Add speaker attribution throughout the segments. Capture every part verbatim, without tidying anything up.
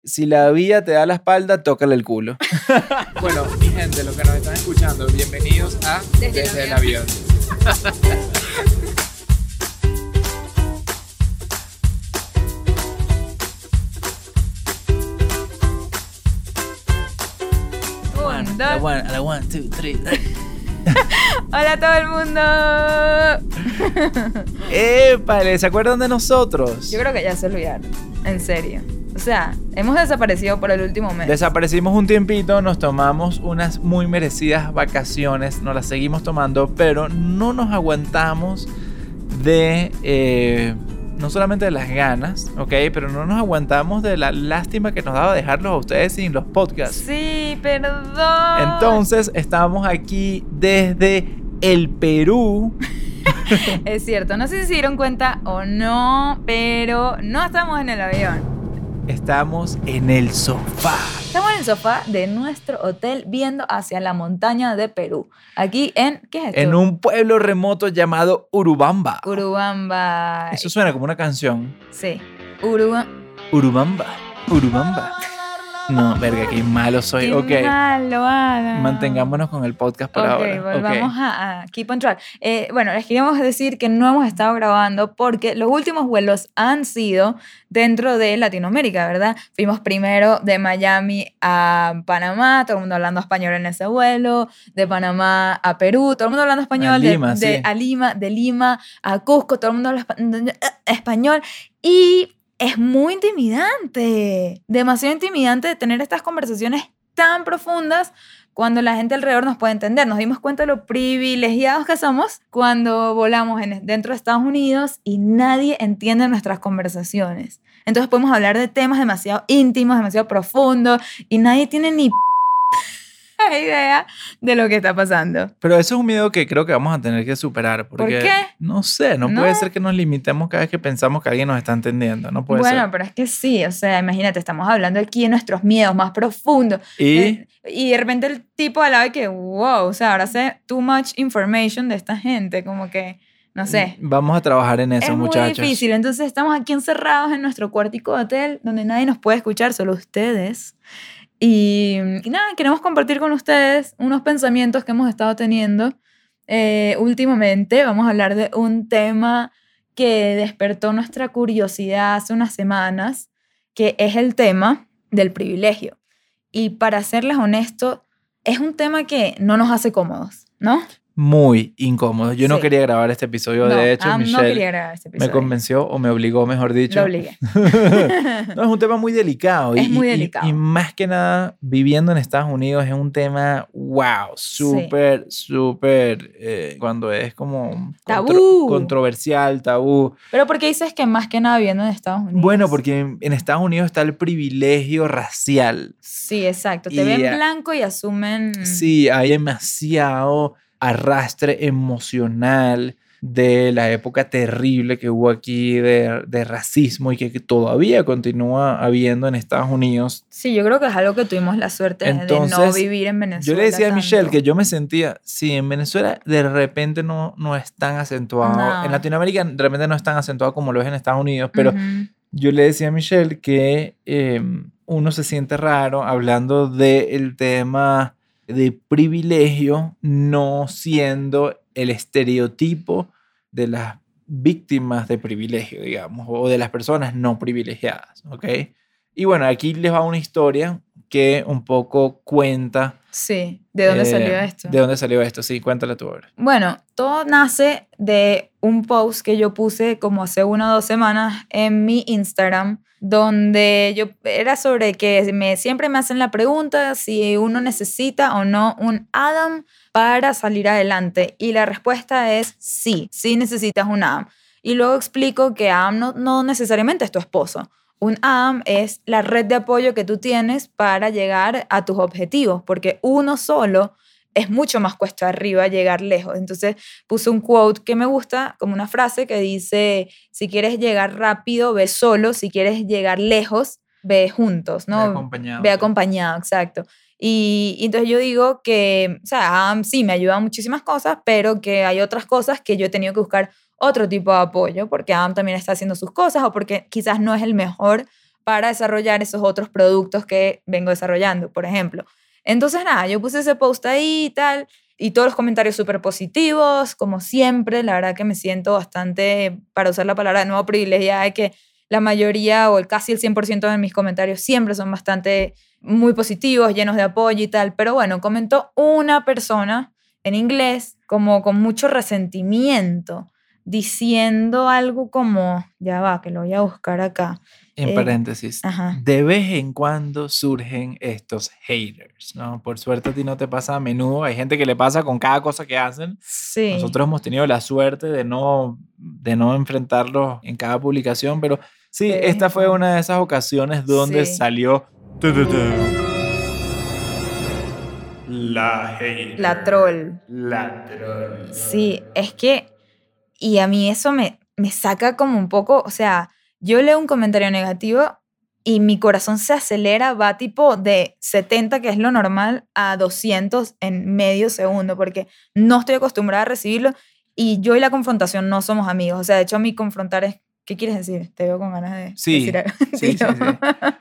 Speaker 1: Si la vía te da la espalda, tócale el culo. Bueno, mi gente, los que nos están escuchando, bienvenidos a Desde, Desde el Avión.
Speaker 2: Un, dos.
Speaker 1: A la one, a la one, two, three.
Speaker 2: Hola a todo el mundo.
Speaker 1: ¡Épale! ¿Se acuerdan de nosotros?
Speaker 2: Yo creo que ya se olvidaron, en serio. O sea, hemos desaparecido por el último mes.
Speaker 1: Desaparecimos un tiempito, nos tomamos unas muy merecidas vacaciones, nos las seguimos tomando, pero no nos aguantamos de, eh, no solamente de las ganas, ¿ok? Pero no nos aguantamos de la lástima que nos daba dejarlos a ustedes sin los podcasts.
Speaker 2: Sí, perdón.
Speaker 1: Entonces, estamos aquí desde el Perú.
Speaker 2: Es cierto, no sé si se dieron cuenta o no, pero no estamos en el avión.
Speaker 1: Estamos en el sofá.
Speaker 2: Estamos en el sofá de nuestro hotel viendo hacia la montaña de Perú. Aquí en, ¿qué es esto?
Speaker 1: En un pueblo remoto llamado Urubamba.
Speaker 2: Urubamba.
Speaker 1: Eso suena como una canción.
Speaker 2: Sí. Urubamba.
Speaker 1: Urubamba. Urubamba. No, verga, qué malo soy.
Speaker 2: Qué
Speaker 1: ok.
Speaker 2: malo, Adam.
Speaker 1: Mantengámonos con el podcast por
Speaker 2: Ok,
Speaker 1: ahora.
Speaker 2: volvamos
Speaker 1: Ok.
Speaker 2: a, a keep on track. Eh, bueno, les queríamos decir que no hemos estado grabando porque los últimos vuelos han sido dentro de Latinoamérica, ¿verdad? Fuimos primero de Miami a Panamá, todo el mundo hablando español en ese vuelo, de Panamá a Perú, todo el mundo hablando español,
Speaker 1: A Lima,
Speaker 2: de, de-
Speaker 1: sí.
Speaker 2: a Lima, de Lima a Cusco, todo el mundo habla espa- español y es muy intimidante, demasiado intimidante de tener estas conversaciones tan profundas cuando la gente alrededor nos puede entender. Nos dimos cuenta de lo privilegiados que somos cuando volamos en, dentro de Estados Unidos y nadie entiende nuestras conversaciones. Entonces podemos hablar de temas demasiado íntimos, demasiado profundos y nadie tiene ni p- idea de lo que está pasando.
Speaker 1: Pero eso es un miedo que creo que vamos a tener que superar. Porque,
Speaker 2: ¿Por qué?
Speaker 1: No sé, no,
Speaker 2: No.
Speaker 1: puede ser que nos limitemos cada vez que pensamos que alguien nos está entendiendo. No puede
Speaker 2: Bueno,
Speaker 1: ser.
Speaker 2: pero es que sí, o sea, imagínate, estamos hablando aquí de nuestros miedos más profundos.
Speaker 1: Y
Speaker 2: Eh, y de repente el tipo al lado de que, wow, o sea, ahora sé too much information de esta gente, como que, no sé.
Speaker 1: vamos a trabajar en eso,
Speaker 2: Es
Speaker 1: muchachos.
Speaker 2: muy difícil, entonces estamos aquí encerrados en nuestro cuartico de hotel donde nadie nos puede escuchar, solo ustedes. Y, y nada, queremos compartir con ustedes unos pensamientos que hemos estado teniendo eh, últimamente. Vamos a hablar de un tema que despertó nuestra curiosidad hace unas semanas, que es el tema del privilegio. Y para serles honesto, es un tema que no nos hace cómodos, ¿no?
Speaker 1: Muy incómodo. Yo no
Speaker 2: Sí.
Speaker 1: quería grabar este episodio.
Speaker 2: No,
Speaker 1: de hecho,
Speaker 2: Am no
Speaker 1: Michelle
Speaker 2: quería grabar este
Speaker 1: me
Speaker 2: episodio.
Speaker 1: convenció o me obligó, mejor dicho.
Speaker 2: Lo obligué.
Speaker 1: No, es un tema muy delicado.
Speaker 2: Es
Speaker 1: y,
Speaker 2: muy
Speaker 1: y-
Speaker 2: delicado.
Speaker 1: Y, más que nada, viviendo en Estados Unidos es un tema, wow, súper, súper, eh, cuando es como
Speaker 2: Tabú.
Speaker 1: controversial, tabú.
Speaker 2: Pero ¿por qué dices que más que nada viviendo en Estados Unidos?
Speaker 1: Bueno, porque en, en Estados Unidos está el privilegio racial.
Speaker 2: Sí, exacto. Te
Speaker 1: Y,
Speaker 2: ven
Speaker 1: eh,
Speaker 2: blanco y asumen...
Speaker 1: Sí, hay demasiado arrastre emocional de la época terrible que hubo aquí de, de racismo y que, que todavía continúa habiendo en Estados Unidos.
Speaker 2: Sí, yo creo que es algo que tuvimos la suerte de- de no
Speaker 1: Entonces,
Speaker 2: vivir en Venezuela.
Speaker 1: Yo le decía a
Speaker 2: tanto.
Speaker 1: Michelle que yo me sentía, sí, en Venezuela de repente no, no es tan acentuado,
Speaker 2: No.
Speaker 1: en Latinoamérica de repente no es tan acentuado como lo es en Estados Unidos, pero
Speaker 2: Ujú.
Speaker 1: yo le decía a Michelle que eh, uno se siente raro hablando del tema de privilegio, no siendo el estereotipo de las víctimas de privilegio, digamos, o de las personas no privilegiadas, ¿ok? Y bueno, aquí les va una historia que un poco cuenta...
Speaker 2: Sí, ¿de dónde
Speaker 1: eh,
Speaker 2: salió esto?
Speaker 1: ¿De dónde salió esto? Sí, cuéntala tú ahora.
Speaker 2: Bueno, todo nace de un post que yo puse como hace una o dos semanas en mi Instagram, donde yo era sobre que me, siempre me hacen la pregunta si uno necesita o no un Adam para salir adelante. Y la respuesta es sí, sí necesitas un Adam. Y luego explico que Adam no, no necesariamente es tu esposo. Un A M es la red de apoyo que tú tienes para llegar a tus objetivos, porque uno solo es mucho más cuesta arriba llegar lejos. Entonces puse un quote que me gusta, como una frase que dice, si quieres llegar rápido, ve solo, si quieres llegar lejos, ve juntos, ¿no?
Speaker 1: Ve acompañado.
Speaker 2: Ve acompañado, exacto. Y, y entonces yo digo que, o sea, A M sí me ayuda a muchísimas cosas, pero que hay otras cosas que yo he tenido que buscar otro tipo de apoyo, porque A M también está haciendo sus cosas o porque quizás no es el mejor para desarrollar esos otros productos que vengo desarrollando, por ejemplo. Entonces, nada, yo puse ese post ahí y tal, y todos los comentarios súper positivos, como siempre. La verdad que me siento bastante, para usar la palabra de nuevo, privilegiada de que la mayoría o el casi el cien por ciento de mis comentarios siempre son bastante muy positivos, llenos de apoyo y tal. Pero bueno, comentó una persona en inglés como con mucho resentimiento, diciendo algo como, ya va, que lo voy a buscar acá.
Speaker 1: En
Speaker 2: Eh,
Speaker 1: paréntesis,
Speaker 2: ajá.
Speaker 1: de vez en cuando surgen estos haters, ¿no? Por suerte a ti no te pasa a menudo, hay gente que le pasa con cada cosa que hacen.
Speaker 2: Sí.
Speaker 1: Nosotros hemos tenido la suerte de no, de no enfrentarlos en cada publicación, pero sí,
Speaker 2: De vez en
Speaker 1: esta fue
Speaker 2: cuando.
Speaker 1: una de esas ocasiones donde
Speaker 2: Sí.
Speaker 1: salió tu, tu, tu, la hater.
Speaker 2: La troll.
Speaker 1: La troll.
Speaker 2: Sí, es que, y a mí eso me, me saca como un poco, o sea, yo leo un comentario negativo y mi corazón se acelera, va tipo de setenta, que es lo normal, a doscientos en medio segundo, porque no estoy acostumbrada a recibirlo y yo y la confrontación no somos amigos. O sea, de hecho, a mí confrontar es, ¿qué quieres decir? Te veo con ganas de
Speaker 1: Sí,
Speaker 2: decir algo.
Speaker 1: sí, sí,
Speaker 2: Tío.
Speaker 1: sí.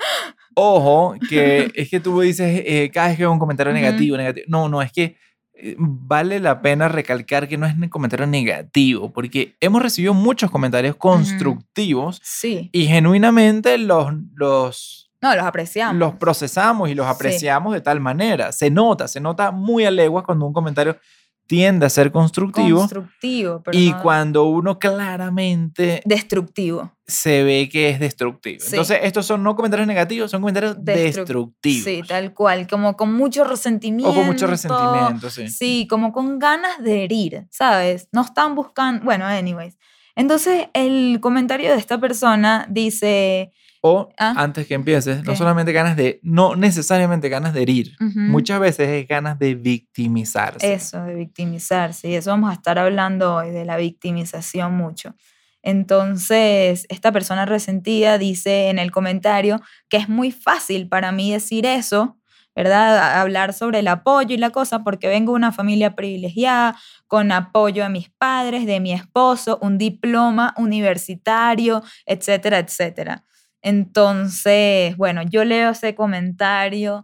Speaker 1: Ojo, que es que tú dices eh, cada vez que veo un comentario
Speaker 2: Ujú.
Speaker 1: negativo, negativo. No, no, es que eh, vale la pena recalcar que no es un comentario negativo, porque hemos recibido muchos comentarios constructivos
Speaker 2: Sí.
Speaker 1: y genuinamente los, los,
Speaker 2: No, los apreciamos.
Speaker 1: los procesamos y los
Speaker 2: Sí.
Speaker 1: apreciamos de tal manera. Se nota, se nota muy a leguas cuando un comentario tiende a ser constructivo
Speaker 2: Constructivo, pero
Speaker 1: y
Speaker 2: no
Speaker 1: cuando uno claramente
Speaker 2: destructivo.
Speaker 1: se ve que es destructivo.
Speaker 2: Sí.
Speaker 1: Entonces, estos son no comentarios negativos, son comentarios
Speaker 2: Destru-
Speaker 1: destructivos.
Speaker 2: Sí, tal cual, como con mucho resentimiento.
Speaker 1: O con mucho resentimiento, sí.
Speaker 2: Sí, como con ganas de herir, ¿sabes? No están buscando, bueno, anyways. Entonces, el comentario de esta persona dice...
Speaker 1: O,
Speaker 2: ¿Ah?
Speaker 1: antes que empieces,
Speaker 2: ¿Qué?
Speaker 1: no solamente ganas de, no necesariamente ganas de herir,
Speaker 2: Ujú.
Speaker 1: muchas veces es ganas de victimizarse.
Speaker 2: Eso, de victimizarse. Y eso vamos a estar hablando hoy, de la victimización mucho. Entonces, esta persona resentida dice en el comentario que es muy fácil para mí decir eso, ¿verdad? A- Hablar sobre el apoyo y la cosa, porque vengo de una familia privilegiada, con apoyo de mis padres, de mi esposo, un diploma universitario, etcétera, etcétera. Entonces, bueno, yo leo ese comentario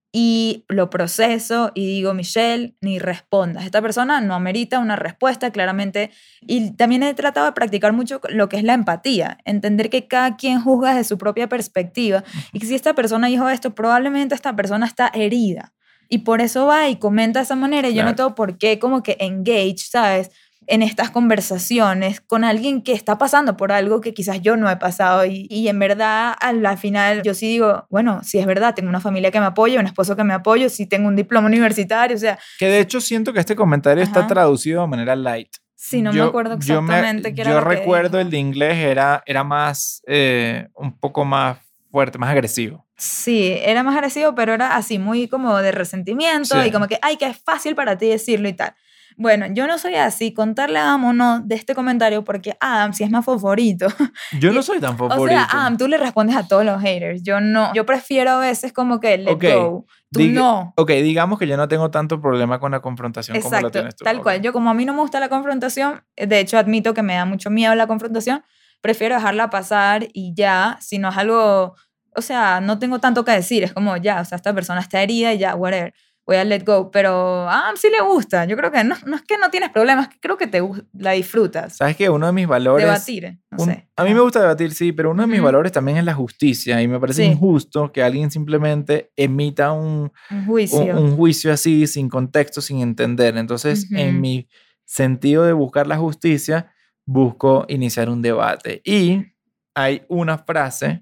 Speaker 2: y lo proceso y digo, Michelle, ni respondas. Esta persona no amerita una respuesta, claramente. Y también he tratado de practicar mucho lo que es la empatía, entender que cada quien juzga desde su propia perspectiva y que si esta persona dijo esto, probablemente esta persona está herida. Y por eso va y comenta de esa manera. Y yo no
Speaker 1: Claro.
Speaker 2: tengo por qué como que engage, ¿sabes? En estas conversaciones con alguien que está pasando por algo que quizás yo no he pasado y, y en verdad al, al final yo sí digo, bueno, sí es verdad, tengo una familia que me apoya, un esposo que me apoya, sí tengo un diploma universitario, o sea,
Speaker 1: Que de hecho siento que este comentario está
Speaker 2: Ajá.
Speaker 1: traducido de manera light.
Speaker 2: sí, no me
Speaker 1: Yo-
Speaker 2: acuerdo
Speaker 1: yo me-
Speaker 2: exactamente qué era
Speaker 1: Yo
Speaker 2: lo que
Speaker 1: recuerdo
Speaker 2: dijo.
Speaker 1: el de inglés era, era más, eh, un poco más fuerte, más agresivo.
Speaker 2: Sí, era más agresivo, pero era así, muy como de resentimiento
Speaker 1: Sí.
Speaker 2: y como que, ay, que es fácil para ti decirlo y tal. Bueno, yo no soy así, contarle a Adam o no de este comentario porque Adam sí es más favorito.
Speaker 1: Yo
Speaker 2: Y-
Speaker 1: no soy tan
Speaker 2: O
Speaker 1: favorito.
Speaker 2: sea, Adam, tú le respondes a todos los haters. Yo no. Yo prefiero a veces como que let
Speaker 1: Ok,
Speaker 2: go. Tú
Speaker 1: Diga-
Speaker 2: no.
Speaker 1: Ok, digamos que yo no tengo tanto problema con la confrontación como lo
Speaker 2: Exacto,
Speaker 1: tienes tú.
Speaker 2: tal
Speaker 1: Ok.
Speaker 2: cual. Yo como a mí no me gusta la confrontación, de hecho admito que me da mucho miedo la confrontación, prefiero dejarla pasar y ya, si no es algo, o sea, no tengo tanto que decir, es como ya, o sea, esta persona está herida y ya, whatever, voy a let go, pero a Adam sí le gusta, yo creo que no, no es que no tienes problemas, que creo que te gu- la disfrutas.
Speaker 1: ¿Sabes qué? Uno de mis valores...
Speaker 2: Debatir, no
Speaker 1: un-
Speaker 2: sé.
Speaker 1: a mí
Speaker 2: Ajá.
Speaker 1: me gusta debatir, sí, pero uno de mis
Speaker 2: Ujú.
Speaker 1: valores también es la justicia y me parece
Speaker 2: Sí.
Speaker 1: injusto que alguien simplemente emita un,
Speaker 2: Un
Speaker 1: un,
Speaker 2: juicio.
Speaker 1: un juicio así, sin contexto, sin entender. Entonces,
Speaker 2: Ujú.
Speaker 1: en mi sentido de buscar la justicia, busco iniciar un debate. Y hay una frase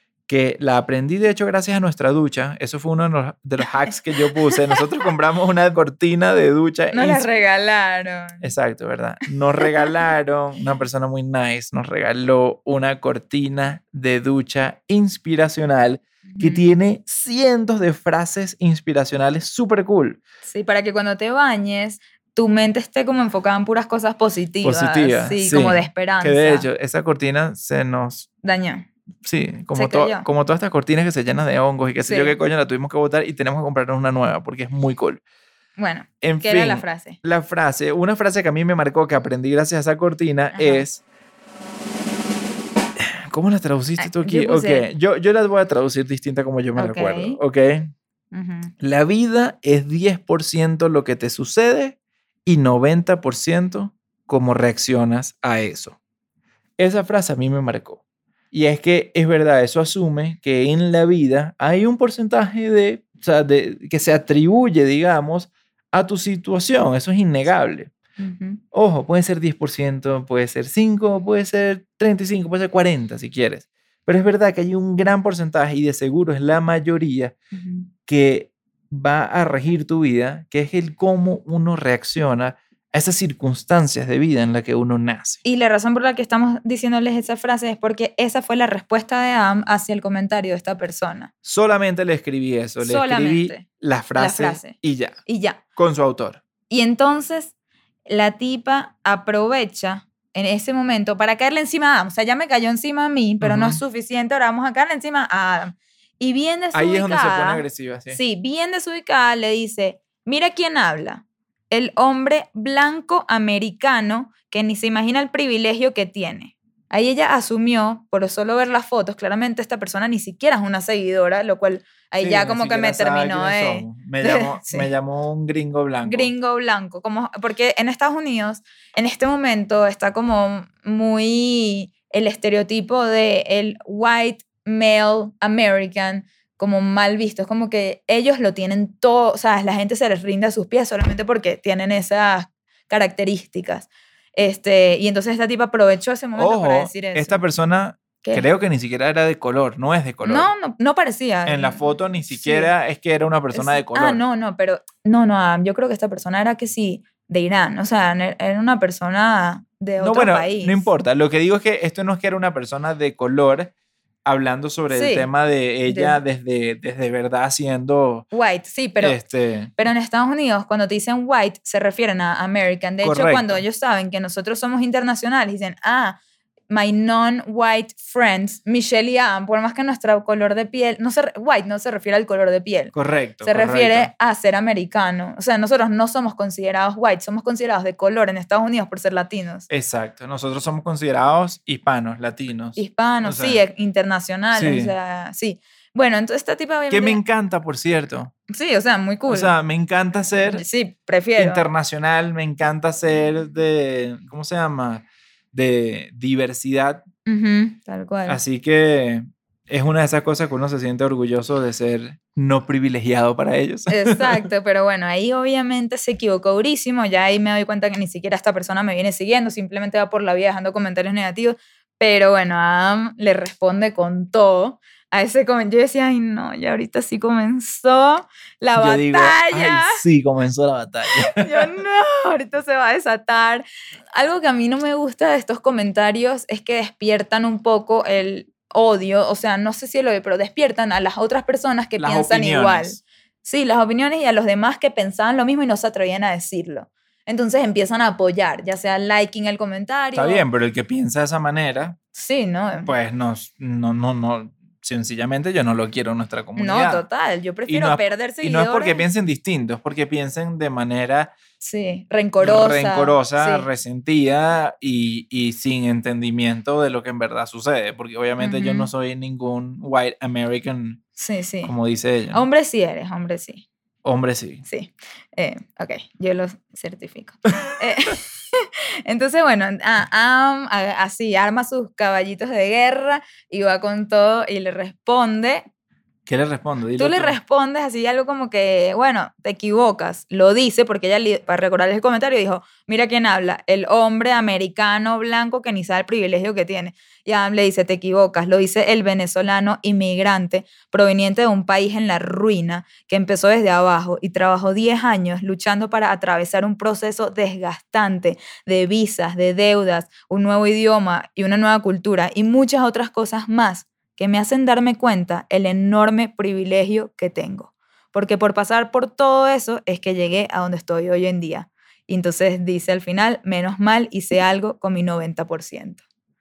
Speaker 1: que la aprendí, de hecho, gracias a nuestra ducha. Eso fue uno de los, de los hacks que yo puse. Nosotros compramos una cortina de ducha.
Speaker 2: Nos la
Speaker 1: ins-
Speaker 2: regalaron.
Speaker 1: Exacto, ¿verdad? Nos regalaron, una persona muy nice, nos regaló una cortina de ducha inspiracional que
Speaker 2: Ujú.
Speaker 1: tiene cientos de frases inspiracionales súper cool.
Speaker 2: Sí, para que cuando te bañes, tu mente esté como enfocada en puras cosas positivas.
Speaker 1: Positivas,
Speaker 2: Sí,
Speaker 1: sí.
Speaker 2: como de esperanza.
Speaker 1: Que de hecho, esa cortina se nos...
Speaker 2: Dañó.
Speaker 1: Sí, como,
Speaker 2: Se
Speaker 1: to-
Speaker 2: cayó.
Speaker 1: como todas estas cortinas que se llenan de hongos y qué sé
Speaker 2: Sí.
Speaker 1: yo qué coño, la tuvimos que botar y tenemos que comprarnos una nueva porque es muy cool.
Speaker 2: Bueno,
Speaker 1: En
Speaker 2: ¿qué
Speaker 1: fin,
Speaker 2: era la frase?
Speaker 1: la frase, una frase que a mí me marcó, que aprendí gracias a esa cortina,
Speaker 2: Ajá.
Speaker 1: es... ¿Cómo las traduciste tú aquí?
Speaker 2: Yo puse,
Speaker 1: Ok, yo, yo las voy a traducir distinta como yo me
Speaker 2: Ok.
Speaker 1: recuerdo. Ok.
Speaker 2: ujú,
Speaker 1: La vida es diez por ciento lo que te sucede y noventa por ciento cómo reaccionas a eso. Esa frase a mí me marcó. Y es que es verdad, eso asume que en la vida hay un porcentaje de, o sea, de, que se atribuye, digamos, a tu situación. Eso es innegable.
Speaker 2: ujú,
Speaker 1: Ojo, puede ser diez por ciento, puede ser cinco, puede ser treinta y cinco, puede ser cuarenta si quieres. Pero es verdad que hay un gran porcentaje y de seguro es la mayoría
Speaker 2: ujú.
Speaker 1: que va a regir tu vida, que es el cómo uno reacciona a esas circunstancias de vida en las que uno nace.
Speaker 2: Y la razón por la que estamos diciéndoles esa frase es porque esa fue la respuesta de Adam hacia el comentario de esta persona.
Speaker 1: Solamente le escribí eso, le escribí
Speaker 2: Solamente
Speaker 1: la frase,
Speaker 2: frase.
Speaker 1: y ya,
Speaker 2: y ya.
Speaker 1: con su autor.
Speaker 2: Y entonces la tipa aprovecha en ese momento para caerle encima a Adam. O sea, ya me cayó encima a mí, pero no es
Speaker 1: Ujú.
Speaker 2: suficiente. Ahora vamos a caerle encima a Adam. Y bien
Speaker 1: Ahí es donde se pone
Speaker 2: desubicada,
Speaker 1: agresiva, sí.
Speaker 2: sí, bien desubicada, le dice, mira quién habla. El hombre blanco americano que ni se imagina el privilegio que tiene. Ahí ella asumió, por solo ver las fotos, claramente esta persona ni siquiera es una seguidora, lo cual ahí
Speaker 1: Sí,
Speaker 2: ya
Speaker 1: ni
Speaker 2: como que me
Speaker 1: siquiera sabe
Speaker 2: terminó
Speaker 1: quiénes
Speaker 2: de...
Speaker 1: somos. Me
Speaker 2: de-
Speaker 1: llamó,
Speaker 2: sí.
Speaker 1: me llamó un gringo blanco.
Speaker 2: Gringo blanco, como, porque en Estados Unidos, en este momento, está como muy el estereotipo de el white male American, como mal visto. Es como que ellos lo tienen todo, o sea, la gente se les rinde a sus pies solamente porque tienen esas características. Este, y entonces esta tipa aprovechó ese momento para
Speaker 1: Ojo,
Speaker 2: decir eso.
Speaker 1: esta persona
Speaker 2: ¿Qué?
Speaker 1: creo que ni siquiera era de color, no es de color.
Speaker 2: No, no, no parecía.
Speaker 1: En la foto ni siquiera es que era una persona
Speaker 2: Es-
Speaker 1: de color.
Speaker 2: Ah, no, no, pero no, no, Adam, yo creo que esta persona era que sí, de Irán, o sea, ne- era una persona de
Speaker 1: No,
Speaker 2: otro
Speaker 1: bueno,
Speaker 2: país.
Speaker 1: no importa. Lo que digo es que esto no es que era una persona de color hablando sobre el
Speaker 2: Sí,
Speaker 1: tema de ella
Speaker 2: de-
Speaker 1: desde, desde verdad siendo
Speaker 2: White, sí, pero,
Speaker 1: este
Speaker 2: pero en Estados Unidos cuando te dicen white se refieren a American. De hecho,
Speaker 1: Correcto.
Speaker 2: cuando ellos saben que nosotros somos internacionales, dicen, ah, my non-white friends, Michelle y Adam, por más que nuestro color de piel, no se, re- white no se refiere al color de piel.
Speaker 1: correcto.
Speaker 2: Se
Speaker 1: correcto.
Speaker 2: refiere a ser americano. O sea, nosotros no somos considerados white, somos considerados de color en Estados Unidos por ser latinos.
Speaker 1: Exacto. Nosotros somos considerados hispanos, latinos.
Speaker 2: Hispanos,
Speaker 1: O sea,
Speaker 2: sí, e- internacionales,
Speaker 1: sí.
Speaker 2: o sea, sí. Bueno, entonces esta tipa obviamente...
Speaker 1: Que me encanta, por cierto.
Speaker 2: Sí, o sea, muy cool.
Speaker 1: O sea, me encanta ser
Speaker 2: sí, prefiero.
Speaker 1: internacional, me encanta ser de, ¿cómo se llama? De diversidad.
Speaker 2: Ujú, tal cual.
Speaker 1: Así que es una de esas cosas que uno se siente orgulloso de ser no privilegiado para ellos.
Speaker 2: Exacto, pero bueno, ahí obviamente se equivocó durísimo, ya ahí me doy cuenta que ni siquiera esta persona me viene siguiendo, simplemente va por la vida dejando comentarios negativos, pero bueno, Adam le responde con todo a ese comentario. Yo decía, ay no, ya ahorita sí comenzó la
Speaker 1: Yo
Speaker 2: batalla.
Speaker 1: digo, ay, sí, comenzó la batalla.
Speaker 2: Yo no, ahorita se va a desatar. Algo que a mí no me gusta de estos comentarios es que despiertan un poco el odio, o sea, no sé si el odio, pero despiertan a las otras personas que
Speaker 1: Las
Speaker 2: piensan
Speaker 1: opiniones.
Speaker 2: igual. Sí, las opiniones y a los demás que pensaban lo mismo y no se atrevían a decirlo. Entonces empiezan a apoyar, ya sea liking el comentario.
Speaker 1: Está bien, pero el que piensa de esa manera,
Speaker 2: Sí, ¿no?
Speaker 1: pues no, no, no, no, sencillamente yo no lo quiero en nuestra
Speaker 2: No,
Speaker 1: comunidad.
Speaker 2: total, yo prefiero
Speaker 1: no es-
Speaker 2: perder
Speaker 1: Y
Speaker 2: seguidores.
Speaker 1: no es porque piensen distinto, es porque piensen de manera
Speaker 2: Sí, rencorosa.
Speaker 1: rencorosa,
Speaker 2: sí.
Speaker 1: resentida y, y sin entendimiento de lo que en verdad sucede. Porque obviamente yo no
Speaker 2: Ujú.
Speaker 1: soy ningún white American,
Speaker 2: Sí, sí.
Speaker 1: como dice ella.
Speaker 2: Hombre sí eres, hombre sí.
Speaker 1: Hombre, sí.
Speaker 2: Sí, eh, ok, yo lo certifico. Eh, entonces, bueno, ah, Am, a- así arma sus caballitos de guerra y va con todo y le responde.
Speaker 1: ¿Qué le respondo? Dilo
Speaker 2: Tú le respondes así algo como que, bueno, te equivocas. Lo dice porque ella, li- para recordarles el comentario, dijo, mira quién habla, el hombre americano blanco que ni sabe el privilegio que tiene. Y Adam le dice, te equivocas. Lo dice el venezolano inmigrante proveniente de un país en la ruina que empezó desde abajo y trabajó diez años luchando para atravesar un proceso desgastante de visas, de deudas, un nuevo idioma y una nueva cultura y muchas otras cosas más que me hacen darme cuenta el enorme privilegio que tengo. Porque por pasar por todo eso es que llegué a donde estoy hoy en día. Y entonces dice al final, menos mal hice algo con mi noventa por ciento.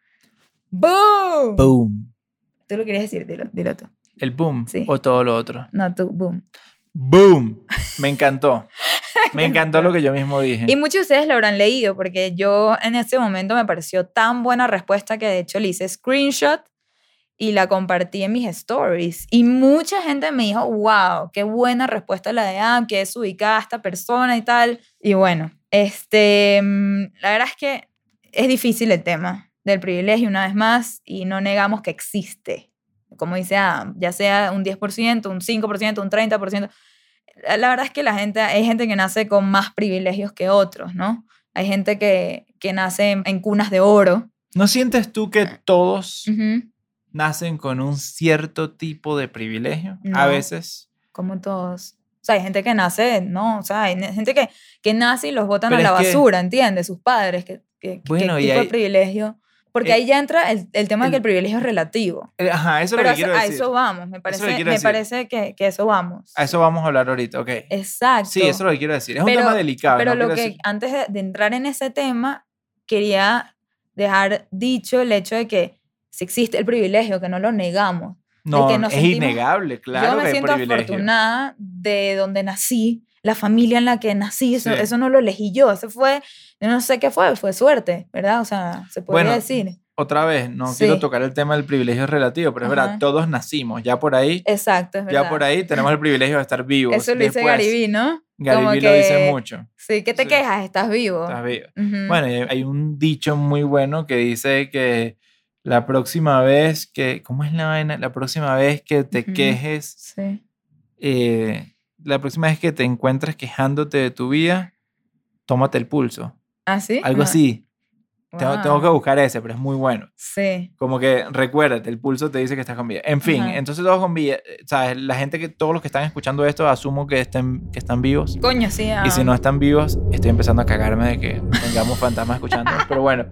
Speaker 2: ¡Boom!
Speaker 1: Boom.
Speaker 2: Tú lo querías decir, dilo, dilo tú.
Speaker 1: ¿El boom
Speaker 2: Sí.
Speaker 1: o todo lo otro?
Speaker 2: No, tú, boom.
Speaker 1: Boom. Me encantó. Me encantó lo que yo mismo dije.
Speaker 2: Y muchos de ustedes lo habrán leído porque yo en ese momento me pareció tan buena respuesta que de hecho le hice screenshot y la compartí en mis stories. Y mucha gente me dijo, wow, qué buena respuesta la de Am, que es ubicada esta persona y tal. Y bueno, este, la verdad es que es difícil el tema del privilegio una vez más y no negamos que existe. Como dice Am, ya sea un diez por ciento, un cinco por ciento, un treinta por ciento. La verdad es que la gente, hay gente que nace con más privilegios que otros, ¿no? Hay gente que, que nace en, en cunas de oro.
Speaker 1: ¿No sientes tú que todos
Speaker 2: Uh-huh.
Speaker 1: nacen con un cierto tipo de privilegio?
Speaker 2: No.
Speaker 1: A veces.
Speaker 2: Como todos. O sea, hay gente que nace, no, o sea, hay gente que, que nace y los botan
Speaker 1: Pero
Speaker 2: a la
Speaker 1: es que-
Speaker 2: basura, ¿entiendes? Sus padres, que, que,
Speaker 1: Bueno,
Speaker 2: qué
Speaker 1: y
Speaker 2: tipo
Speaker 1: hay-
Speaker 2: de privilegio. Porque
Speaker 1: eh,
Speaker 2: ahí ya entra el, el tema de que
Speaker 1: el-
Speaker 2: el privilegio es relativo.
Speaker 1: Eh, Ajá, eso es
Speaker 2: Pero
Speaker 1: lo
Speaker 2: a
Speaker 1: que
Speaker 2: eso,
Speaker 1: quiero
Speaker 2: a
Speaker 1: decir.
Speaker 2: eso vamos, me
Speaker 1: Eso es lo que
Speaker 2: parece,
Speaker 1: quiero
Speaker 2: me
Speaker 1: decir.
Speaker 2: parece que, que eso vamos.
Speaker 1: A eso vamos a hablar ahorita, ok.
Speaker 2: Exacto.
Speaker 1: Sí, eso es lo que quiero decir. Es un
Speaker 2: Pero-
Speaker 1: tema delicado.
Speaker 2: Pero
Speaker 1: no
Speaker 2: lo
Speaker 1: quiero
Speaker 2: que
Speaker 1: decir-
Speaker 2: antes de, de entrar en ese tema, quería dejar dicho el hecho de que si existe el privilegio, que no lo negamos.
Speaker 1: No,
Speaker 2: que nos
Speaker 1: es
Speaker 2: sentimos-
Speaker 1: innegable, claro
Speaker 2: Yo me
Speaker 1: que hay
Speaker 2: siento
Speaker 1: privilegio.
Speaker 2: afortunada de donde nací, la familia en la que nací, eso,
Speaker 1: Sí.
Speaker 2: eso no lo elegí yo, eso fue, yo no sé qué fue, fue suerte, ¿verdad? O sea, se podría
Speaker 1: Bueno,
Speaker 2: decir.
Speaker 1: Otra vez, no
Speaker 2: Sí.
Speaker 1: quiero tocar el tema del privilegio relativo, pero es
Speaker 2: Ajá.
Speaker 1: verdad, todos nacimos, ya por ahí,
Speaker 2: Exacto, es verdad.
Speaker 1: ya por ahí tenemos el privilegio de estar vivos.
Speaker 2: Eso lo dice
Speaker 1: Después,
Speaker 2: Gary Vee, ¿no?
Speaker 1: Gary
Speaker 2: Como
Speaker 1: Vee lo dice
Speaker 2: que-
Speaker 1: mucho.
Speaker 2: Sí, ¿qué te
Speaker 1: Sí.
Speaker 2: quejas? Estás vivo.
Speaker 1: Estás vivo.
Speaker 2: Ujú.
Speaker 1: Bueno, y hay hay un dicho muy bueno que dice que la próxima vez que, ¿cómo es la vaina? La próxima vez que te
Speaker 2: Ujú.
Speaker 1: quejes,
Speaker 2: Sí.
Speaker 1: eh, la próxima vez que te encuentres quejándote de tu vida, tómate el pulso.
Speaker 2: ¿Ah, sí?
Speaker 1: Algo
Speaker 2: No.
Speaker 1: así. Tengo,
Speaker 2: Wow.
Speaker 1: tengo que buscar ese, pero es muy bueno.
Speaker 2: Sí.
Speaker 1: Como que recuérdate, el pulso te dice que estás con vida. En fin,
Speaker 2: Ajá.
Speaker 1: entonces todos con vida. eh, ¿Sabes? La gente que, todos los que están escuchando esto, asumo que, estén, que están vivos.
Speaker 2: Coño, sí.
Speaker 1: Y si
Speaker 2: ah,
Speaker 1: no están vivos, estoy empezando a cagarme de que tengamos fantasmas escuchándonos. Pero bueno,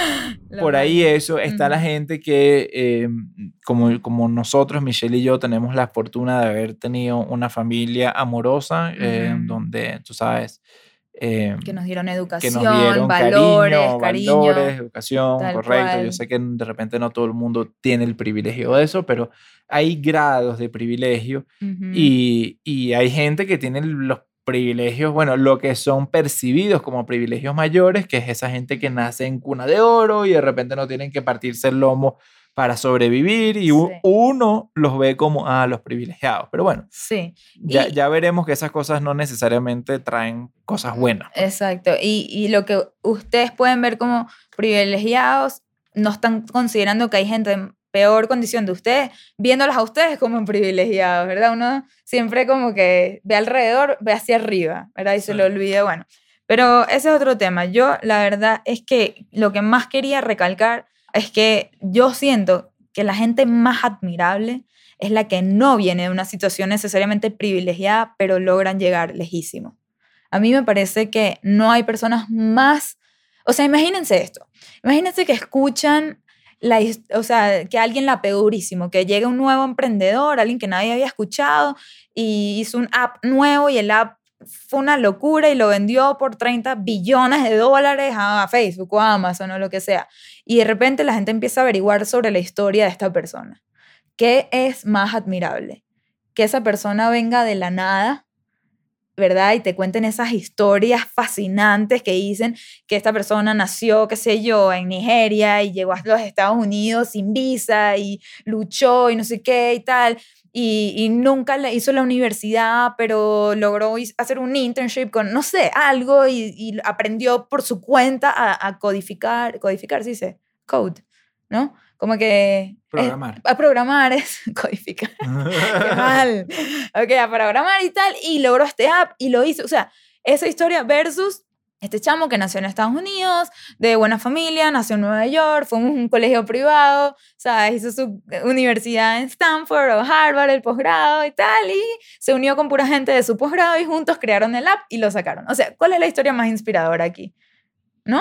Speaker 2: lo
Speaker 1: por ahí
Speaker 2: bueno.
Speaker 1: eso. Está la
Speaker 2: Ujú.
Speaker 1: gente que, eh, como, como nosotros, Michelle y yo, tenemos la fortuna de haber tenido una familia amorosa, eh,
Speaker 2: Ujú.
Speaker 1: donde, tú sabes, eh,
Speaker 2: Que nos dieron
Speaker 1: que
Speaker 2: educación,
Speaker 1: nos dieron
Speaker 2: valores,
Speaker 1: cariño,
Speaker 2: cariño.
Speaker 1: valores, educación,
Speaker 2: tal
Speaker 1: correcto. Yo
Speaker 2: cual.
Speaker 1: sé que de repente no todo el mundo tiene el privilegio de eso, pero hay grados de privilegio
Speaker 2: Ujú.
Speaker 1: y, y hay gente que tiene los privilegios, bueno, lo que son percibidos como privilegios mayores, que es esa gente que nace en cuna de oro y de repente no tienen que partirse el lomo para sobrevivir y u-
Speaker 2: Sí.
Speaker 1: uno los ve como, ah, los privilegiados. Pero bueno,
Speaker 2: Sí.
Speaker 1: ya,
Speaker 2: Y-
Speaker 1: ya veremos que esas cosas no necesariamente traen cosas buenas. pues.
Speaker 2: Exacto. Y, y lo que ustedes pueden ver como privilegiados, no están considerando que hay gente en peor condición de ustedes, viéndolas a ustedes como privilegiados, ¿verdad? Uno siempre como que ve alrededor, ve hacia arriba, ¿verdad? Y se
Speaker 1: Sí.
Speaker 2: le olvida, bueno. Pero ese es otro tema. Yo, la verdad, es que lo que más quería recalcar es que yo siento que la gente más admirable es la que no viene de una situación necesariamente privilegiada, pero logran llegar lejísimo. A mí me parece que no hay personas más... O sea, imagínense esto. Imagínense que escuchan, la, his- o sea, que alguien la pegó durísimo, que llega un nuevo emprendedor, alguien que nadie había escuchado, y hizo un app nuevo y el app fue una locura y lo vendió por treinta billones de dólares a Facebook o a Amazon o lo que sea. Y de repente la gente empieza a averiguar sobre la historia de esta persona. ¿Qué es más admirable? Que esa persona venga de la nada, ¿verdad? Y te cuenten esas historias fascinantes que dicen que esta persona nació, qué sé yo, en Nigeria y llegó a los Estados Unidos sin visa y luchó y no sé qué y tal. Y, y nunca le hizo la universidad, pero logró is- hacer un internship con, no sé, algo y, y aprendió por su cuenta a, a codificar, codificar, sí dice, code, ¿no? Como que... es-
Speaker 1: Programar.
Speaker 2: a programar es codificar. Qué mal. Ok, a programar y tal, y logró este app y lo hizo. O sea, esa historia versus este chamo que nació en Estados Unidos, de buena familia, nació en Nueva York, fue en un colegio privado, o sea, hizo su universidad en Stanford o Harvard, el posgrado y tal, y se unió con pura gente de su posgrado y juntos crearon el app y lo sacaron. O sea, ¿cuál es la historia más inspiradora aquí? ¿No?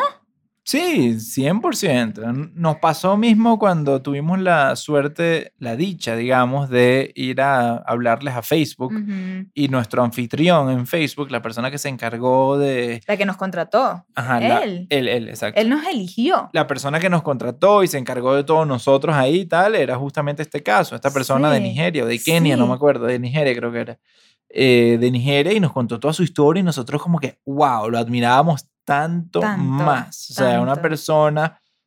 Speaker 1: Sí, cien por ciento. Nos pasó mismo cuando tuvimos la suerte, la dicha, digamos, de ir a hablarles a Facebook
Speaker 2: Ujú.
Speaker 1: y nuestro anfitrión en Facebook, la persona que se encargó de...
Speaker 2: La que nos contrató.
Speaker 1: Ajá, la-
Speaker 2: Él.
Speaker 1: él, él, exacto.
Speaker 2: Él nos eligió.
Speaker 1: La persona que nos contrató y se encargó de todos nosotros ahí y tal, era justamente este caso, esta persona de
Speaker 2: Sí,
Speaker 1: Nigeria o de Kenia, no
Speaker 2: sí.
Speaker 1: me acuerdo, de Nigeria creo que era. Eh, de Nigeria y nos contó toda su historia y nosotros como que, wow, lo admirábamos tanto,
Speaker 2: Tanto,
Speaker 1: más. O sea, una
Speaker 2: tanto.
Speaker 1: persona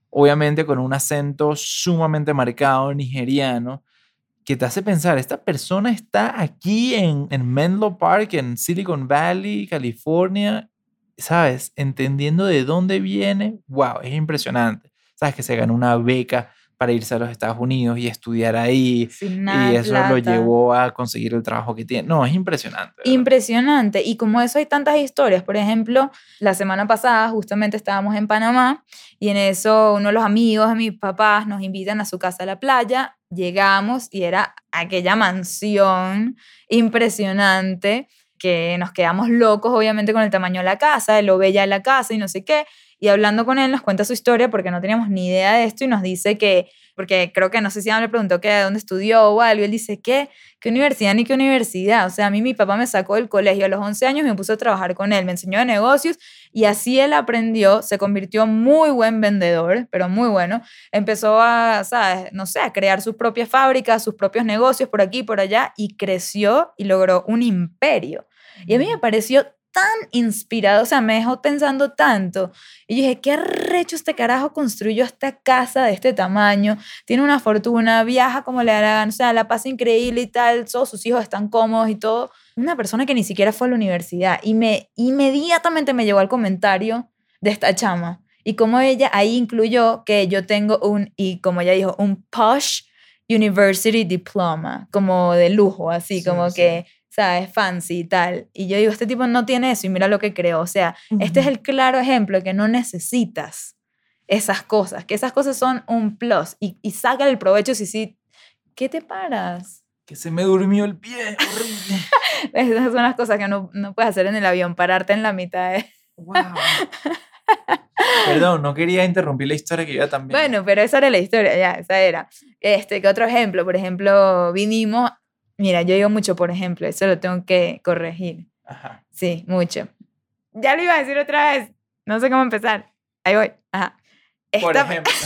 Speaker 1: obviamente con un acento sumamente marcado nigeriano, que te hace pensar, esta persona está aquí en, en Menlo Park, en Silicon Valley, California, ¿sabes? Entendiendo de dónde viene, wow, es impresionante. ¿Sabes? Que se ganó una beca para irse a los Estados Unidos y estudiar ahí,
Speaker 2: Sin
Speaker 1: y
Speaker 2: nada de
Speaker 1: eso lo
Speaker 2: plata.
Speaker 1: llevó a conseguir el trabajo que tiene. No, es impresionante, ¿verdad?
Speaker 2: Impresionante. Y como eso hay tantas historias. Por ejemplo, la semana pasada justamente estábamos en Panamá y en eso uno de los amigos de mis papás nos invitan a su casa a la playa. Llegamos y era aquella mansión impresionante que nos quedamos locos obviamente con el tamaño de la casa, de lo bella de la casa y no sé qué. Y hablando con él nos cuenta su historia porque no teníamos ni idea de esto y nos dice que, porque creo que no sé si me le preguntó que de dónde estudió o algo, él dice, ¿qué? ¿Qué universidad ni qué universidad? O sea, a mí mi papá me sacó del colegio a los once años y me puso a trabajar con él, me enseñó de negocios y así él aprendió, se convirtió muy buen vendedor, pero muy bueno. Empezó a, ¿sabes? No sé, a crear sus propias fábricas, sus propios negocios por aquí, por allá y creció y logró un imperio. Y a mí me pareció tan inspirado, o sea, me dejó pensando tanto. Y yo dije, qué arrecho este carajo construyó esta casa de este tamaño, tiene una fortuna, viaja como le harán, o sea, la pasa increíble y tal, todos sus hijos están cómodos y todo. Una persona que ni siquiera fue a la universidad. Y me inmediatamente me llegó al comentario de esta chama. Y como ella ahí incluyó que yo tengo un, y como ella dijo, un posh university diploma, como de lujo, así,
Speaker 1: Sí,
Speaker 2: como
Speaker 1: sí.
Speaker 2: que ¿sabes? Fancy y tal. Y yo digo, este tipo no tiene eso y mira lo que creó. O sea,
Speaker 1: Ujú.
Speaker 2: este es el claro ejemplo de que no necesitas esas cosas, que esas cosas son un plus y, y saca el provecho si sí. ¿Qué te paras?
Speaker 1: Que se me durmió el pie, horrible.
Speaker 2: Esas son las cosas que no, no puedes hacer en el avión, pararte en la mitad de...
Speaker 1: Wow. Perdón, no quería interrumpir la historia que iba también.
Speaker 2: Bueno, pero esa era la historia, ya, esa era. Este, ¿qué otro ejemplo? Por ejemplo, vinimos... Mira, yo digo mucho, por ejemplo, eso lo tengo que corregir.
Speaker 1: Ajá.
Speaker 2: Sí, mucho. Ya lo iba a decir otra vez. No sé cómo empezar. Ahí voy. Ajá.
Speaker 1: Por
Speaker 2: Esta,
Speaker 1: ejemplo.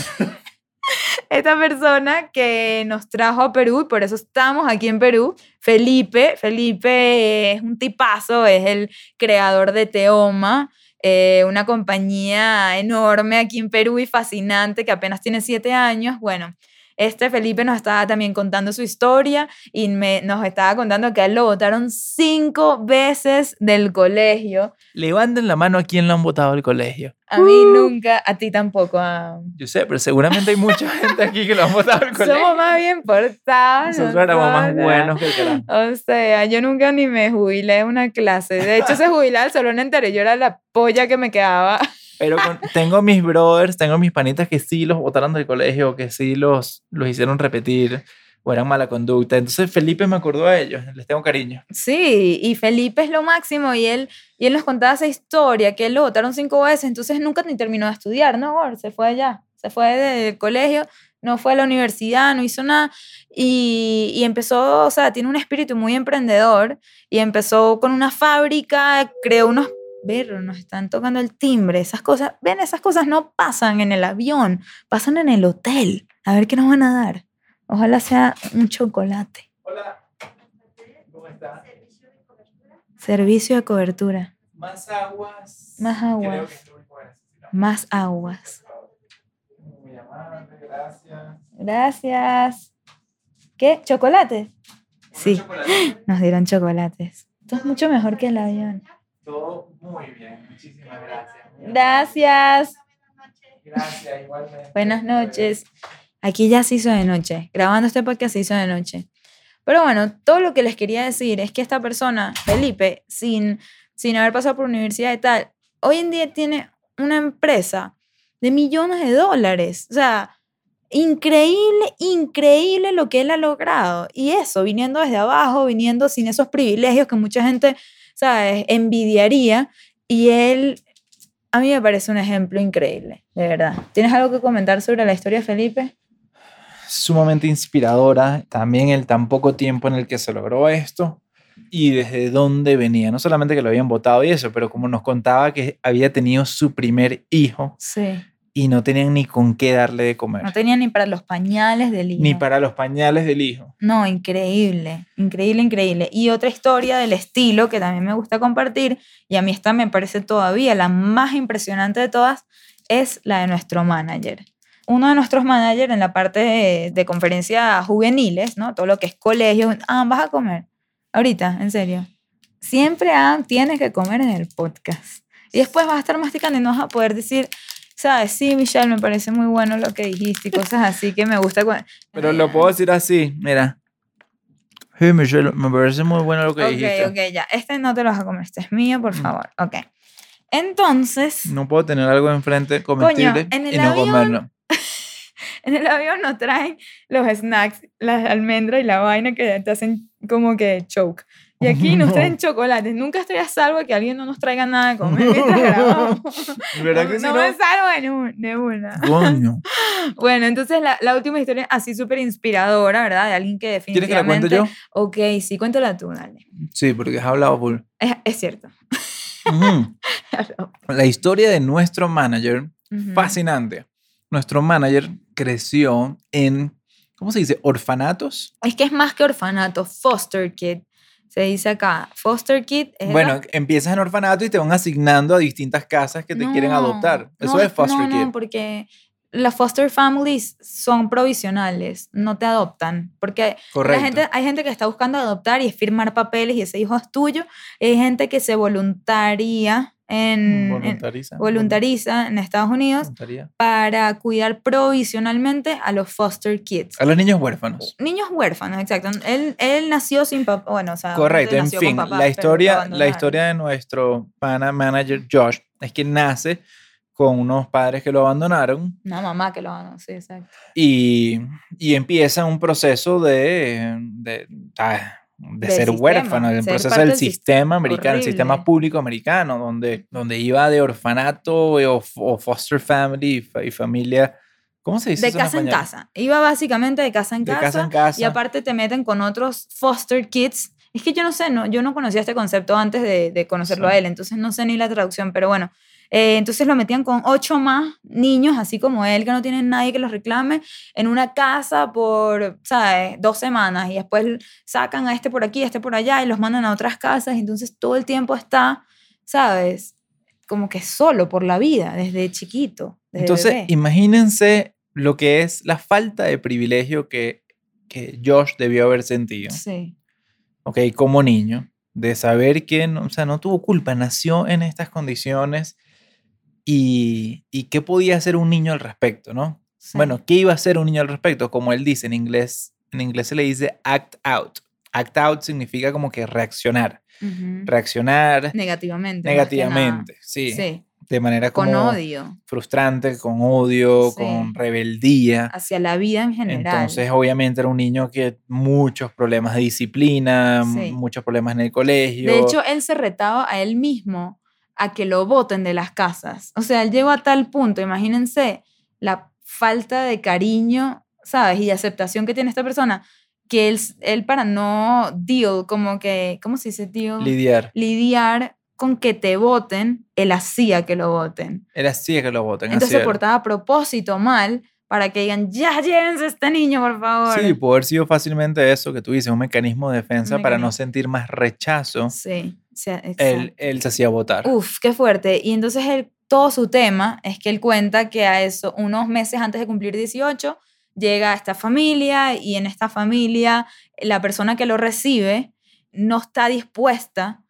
Speaker 2: esta persona que nos trajo a Perú, y por eso estamos aquí en Perú, Felipe. Felipe es un tipazo, es el creador de Teoma, eh, una compañía enorme aquí en Perú y fascinante que apenas tiene siete años. Bueno, este Felipe nos estaba también contando su historia y me, nos estaba contando que a él lo botaron cinco veces del colegio.
Speaker 1: Levanten la mano a quien lo han votado del colegio.
Speaker 2: A mí nunca, a ti tampoco. Ah.
Speaker 1: Yo sé, pero seguramente hay mucha gente aquí que lo han votado del colegio.
Speaker 2: Somos más bien portados.
Speaker 1: Nosotros éramos más buenos que el carajo.
Speaker 2: O sea, yo nunca ni me jubilé en una clase. De hecho, se jubilaba el salón entero y yo era la polla que me quedaba.
Speaker 1: Pero con, tengo mis brothers, tengo mis panitas que sí los botaron del colegio, que sí los, los hicieron repetir o eran mala conducta. Entonces Felipe me acordó a ellos, les tengo cariño.
Speaker 2: Sí, y Felipe es lo máximo y él, y él nos contaba esa historia, que él lo votaron cinco veces, entonces nunca ni terminó de estudiar, ¿no? Gor? Se fue allá, se fue del colegio, no fue a la universidad, no hizo nada y, y empezó, o sea, tiene un espíritu muy emprendedor y empezó con una fábrica, creó unos... Ver, nos están tocando el timbre, esas cosas, ven, esas cosas no pasan en el avión, pasan en el hotel. A ver qué nos van a dar. Ojalá sea un chocolate.
Speaker 1: Hola, ¿cómo está?
Speaker 2: Servicio de cobertura.
Speaker 1: Más aguas.
Speaker 2: Más aguas.
Speaker 1: Creo que es lo único que necesitamos.
Speaker 2: Más aguas.
Speaker 1: Muy amable, gracias.
Speaker 2: Gracias. ¿Qué? ¿Chocolate? Sí,
Speaker 1: Chocolate.
Speaker 2: nos dieron chocolates. Esto es mucho mejor que el avión.
Speaker 1: Todo muy bien, muchísimas gracias.
Speaker 2: Gracias.
Speaker 1: Gracias, igualmente.
Speaker 2: Buenas noches. Aquí ya se hizo de noche. Grabando este podcast se hizo de noche. Pero bueno, todo lo que les quería decir es que esta persona, Felipe, sin, sin haber pasado por universidad y tal, hoy en día tiene una empresa de millones de dólares. O sea, increíble, increíble lo que él ha logrado. Y eso, viniendo desde abajo, viniendo sin esos privilegios que mucha gente, ¿sabes?, envidiaría. Y él, a mí me parece un ejemplo increíble, de verdad. ¿Tienes algo que comentar sobre la historia de Felipe?
Speaker 1: Sumamente inspiradora, también el tan poco tiempo en el que se logró esto y desde dónde venía. No solamente que lo habían votado y eso, pero como nos contaba que había tenido su primer hijo
Speaker 2: Sí.
Speaker 1: y no tenían ni con qué darle de comer.
Speaker 2: No tenía ni para los pañales del hijo.
Speaker 1: Ni para los pañales del hijo.
Speaker 2: No, increíble, increíble, increíble. Y otra historia del estilo que también me gusta compartir, y a mí esta me parece todavía la más impresionante de todas, es la de nuestro manager. uno de nuestros managers en la parte de, de conferencias juveniles, ¿no? Todo lo que es colegio. Ah, vas a comer. Ahorita, en serio. Siempre ah, tienes que comer en el podcast. Y después vas a estar masticando y no vas a poder decir, ¿sabes? Sí, Michelle, me parece muy bueno lo que dijiste y cosas así que me gusta. Cuando...
Speaker 1: Pero lo puedo decir así, mira. Sí, Michelle, me parece muy bueno lo que
Speaker 2: Ok,
Speaker 1: dijiste.
Speaker 2: ok, ya. Este no te lo vas a comer, este es mío, por favor. Ok. Entonces...
Speaker 1: No puedo tener algo enfrente comestible
Speaker 2: Coño, en el
Speaker 1: y no
Speaker 2: avión,
Speaker 1: comerlo.
Speaker 2: en el avión nos traen los snacks, las almendras y la vaina que te hacen como que choke. Y aquí nos
Speaker 1: No.
Speaker 2: traen chocolates. Nunca estoy a salvo de que alguien no nos traiga nada de comer mientras grabamos.
Speaker 1: ¿Verdad
Speaker 2: no
Speaker 1: que sí,
Speaker 2: no
Speaker 1: no?
Speaker 2: me salvo de, nu- de una.
Speaker 1: Coño.
Speaker 2: Bueno, entonces la, la última historia así súper inspiradora, ¿verdad? De alguien que
Speaker 1: ¿Quieres que la cuente
Speaker 2: definitivamente...
Speaker 1: yo?
Speaker 2: Ok, sí, cuéntala tú, dale.
Speaker 1: Sí, porque has hablado full.
Speaker 2: Es, es cierto.
Speaker 1: Ujú. La historia de nuestro manager,
Speaker 2: Ujú.
Speaker 1: fascinante. Nuestro manager creció en, ¿cómo se dice? Orfanatos.
Speaker 2: Es que es más que orfanato, foster kid. Se dice acá, foster kid es
Speaker 1: Bueno,
Speaker 2: edad-
Speaker 1: empiezas en orfanato y te van asignando a distintas casas que te quieren adoptar. Eso
Speaker 2: no,
Speaker 1: es foster
Speaker 2: no,
Speaker 1: kid.
Speaker 2: no, porque las foster families son provisionales, no te adoptan, porque
Speaker 1: Correcto.
Speaker 2: la gente, hay gente que está buscando adoptar y es firmar papeles y ese hijo es tuyo, hay gente que se voluntaria en, en-
Speaker 1: Voluntariza.
Speaker 2: voluntariza en Estados Unidos
Speaker 1: Voluntaría.
Speaker 2: para cuidar provisionalmente a los foster kids.
Speaker 1: A los niños huérfanos.
Speaker 2: Niños huérfanos, exacto. Él, él nació sin papá, bueno, o sea,
Speaker 1: Correcto, en
Speaker 2: nació con
Speaker 1: fin,
Speaker 2: papá,
Speaker 1: la
Speaker 2: pero lo
Speaker 1: historia, la
Speaker 2: abandonaron.
Speaker 1: historia de nuestro pana manager Josh es que nace con unos padres que lo abandonaron
Speaker 2: Una mamá que lo abandonó, sí, exacto.
Speaker 1: y, y empieza un proceso de, de, ah, de
Speaker 2: Del
Speaker 1: ser
Speaker 2: sistema,
Speaker 1: huérfano, el
Speaker 2: ser
Speaker 1: proceso
Speaker 2: parte
Speaker 1: del
Speaker 2: del sis-
Speaker 1: sistema americano, el
Speaker 2: horrible.
Speaker 1: sistema público americano, donde, donde iba de orfanato o, o foster family y, fa- y familia, ¿cómo se dice
Speaker 2: De
Speaker 1: eso en
Speaker 2: casa en
Speaker 1: español?
Speaker 2: casa. Iba básicamente de casa en
Speaker 1: De
Speaker 2: casa.
Speaker 1: casa en casa.
Speaker 2: Y aparte te meten con otros foster kids. Es que yo no sé, no, yo no conocía este concepto antes de, de conocerlo
Speaker 1: Sí.
Speaker 2: a él, entonces no sé ni la traducción, pero bueno. Eh, entonces lo metían con ocho más niños, así como él, que no tienen nadie que los reclame, en una casa por, ¿sabes? Dos semanas. Y después sacan a este por aquí, a este por allá, y los mandan a otras casas. Y entonces todo el tiempo está, ¿sabes? Como que solo por la vida, desde chiquito, desde
Speaker 1: Entonces,
Speaker 2: bebé.
Speaker 1: imagínense lo que es la falta de privilegio que, que Josh debió haber sentido,
Speaker 2: Sí.
Speaker 1: ¿ok? Como niño, de saber que no, o sea, no tuvo culpa, nació en estas condiciones y, y qué podía hacer un niño al respecto, ¿no?
Speaker 2: Sí.
Speaker 1: Bueno, ¿qué iba a hacer un niño al respecto? Como él dice en inglés, en inglés se le dice act out. Act out significa como que reaccionar,
Speaker 2: Ujú.
Speaker 1: reaccionar
Speaker 2: Negativamente. más que
Speaker 1: negativamente,
Speaker 2: nada.
Speaker 1: sí,
Speaker 2: Sí.
Speaker 1: de manera
Speaker 2: Con
Speaker 1: como
Speaker 2: odio
Speaker 1: frustrante, con odio,
Speaker 2: Sí.
Speaker 1: con rebeldía.
Speaker 2: hacia la vida en general.
Speaker 1: Entonces, obviamente, era un niño que muchos problemas de disciplina,
Speaker 2: Sí.
Speaker 1: m- muchos problemas en el colegio.
Speaker 2: De hecho, él se retaba a él mismo a que lo boten de las casas. O sea, él llegó a tal punto, imagínense, la falta de cariño, ¿sabes? Y aceptación que tiene esta persona, que él, él para no deal, como que, ¿cómo se dice deal?
Speaker 1: lidiar.
Speaker 2: Lidiar con que te voten, él hacía que lo voten.
Speaker 1: Era así que lo voten.
Speaker 2: Entonces
Speaker 1: así
Speaker 2: se
Speaker 1: era.
Speaker 2: portaba a propósito mal para que digan, ya llévense a este niño, por favor.
Speaker 1: Sí, puede haber sido fácilmente eso que tú dices, un mecanismo de defensa
Speaker 2: Un
Speaker 1: para no
Speaker 2: mecanismo.
Speaker 1: sentir más rechazo.
Speaker 2: Sí, sí, exacto.
Speaker 1: Él, él se hacía votar.
Speaker 2: Uf, qué fuerte. Y entonces él, todo su tema es que él cuenta que a eso, unos meses antes de cumplir dieciocho, llega a esta familia y en esta familia la persona que lo recibe no está dispuesta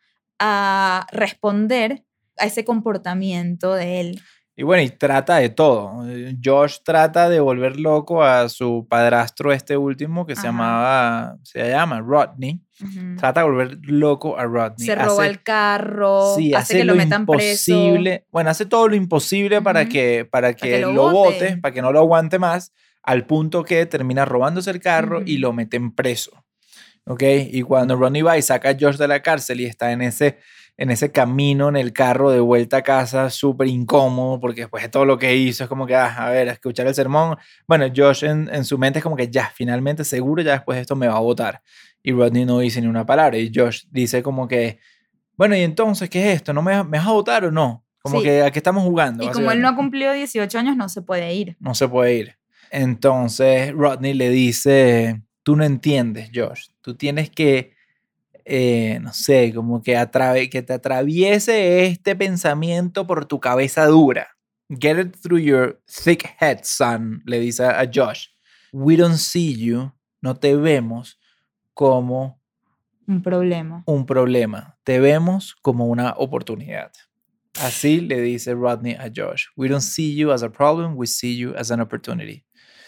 Speaker 2: a responder a ese comportamiento de él.
Speaker 1: Y bueno, y trata de todo. Eh, Josh trata de volver loco a su padrastro este último que se
Speaker 2: Ajá.
Speaker 1: llamaba, se llama Rodney.
Speaker 2: Ujú.
Speaker 1: Trata de volver loco a Rodney.
Speaker 2: Se roba
Speaker 1: Hace-
Speaker 2: el carro,
Speaker 1: Sí,
Speaker 2: hace
Speaker 1: hace,
Speaker 2: que
Speaker 1: lo
Speaker 2: lo metan preso.
Speaker 1: imposible. Bueno, hace todo lo imposible para
Speaker 2: Ujú.
Speaker 1: que, para que,
Speaker 2: que lo
Speaker 1: lo vote,
Speaker 2: voten.
Speaker 1: para que no lo aguante más, al punto que termina robándose el carro y
Speaker 2: Ujú.
Speaker 1: lo meten preso. ¿Ok? Y cuando Ronnie va y saca a Josh de la cárcel y está en ese, en ese camino en el carro de vuelta a casa, súper incómodo, porque después de todo lo que hizo, es como que, ah, a ver, escuchar el sermón. Bueno, Josh en, en su mente es como que ya, finalmente, seguro, ya después de esto me va a votar. Y Rodney no dice ni una palabra. Y Josh dice como que, bueno, ¿y entonces qué es esto? ¿No me, me vas a votar o no? Como
Speaker 2: Sí.
Speaker 1: que, ¿a qué estamos jugando?
Speaker 2: Y como él no ha
Speaker 1: básicamente?
Speaker 2: cumplido dieciocho años, no se puede ir.
Speaker 1: No se puede ir. Entonces Rodney le dice, tú no entiendes, Josh. Tú tienes que, eh, no sé, como que, atrave- que te atraviese este pensamiento por tu cabeza dura. Get it through your thick head, son, le dice a Josh. We don't see you, no te vemos como
Speaker 2: un problema.
Speaker 1: Un problema, te vemos como una oportunidad. Así le dice Rodney a Josh. We don't see you as a problem, we see you as an opportunity.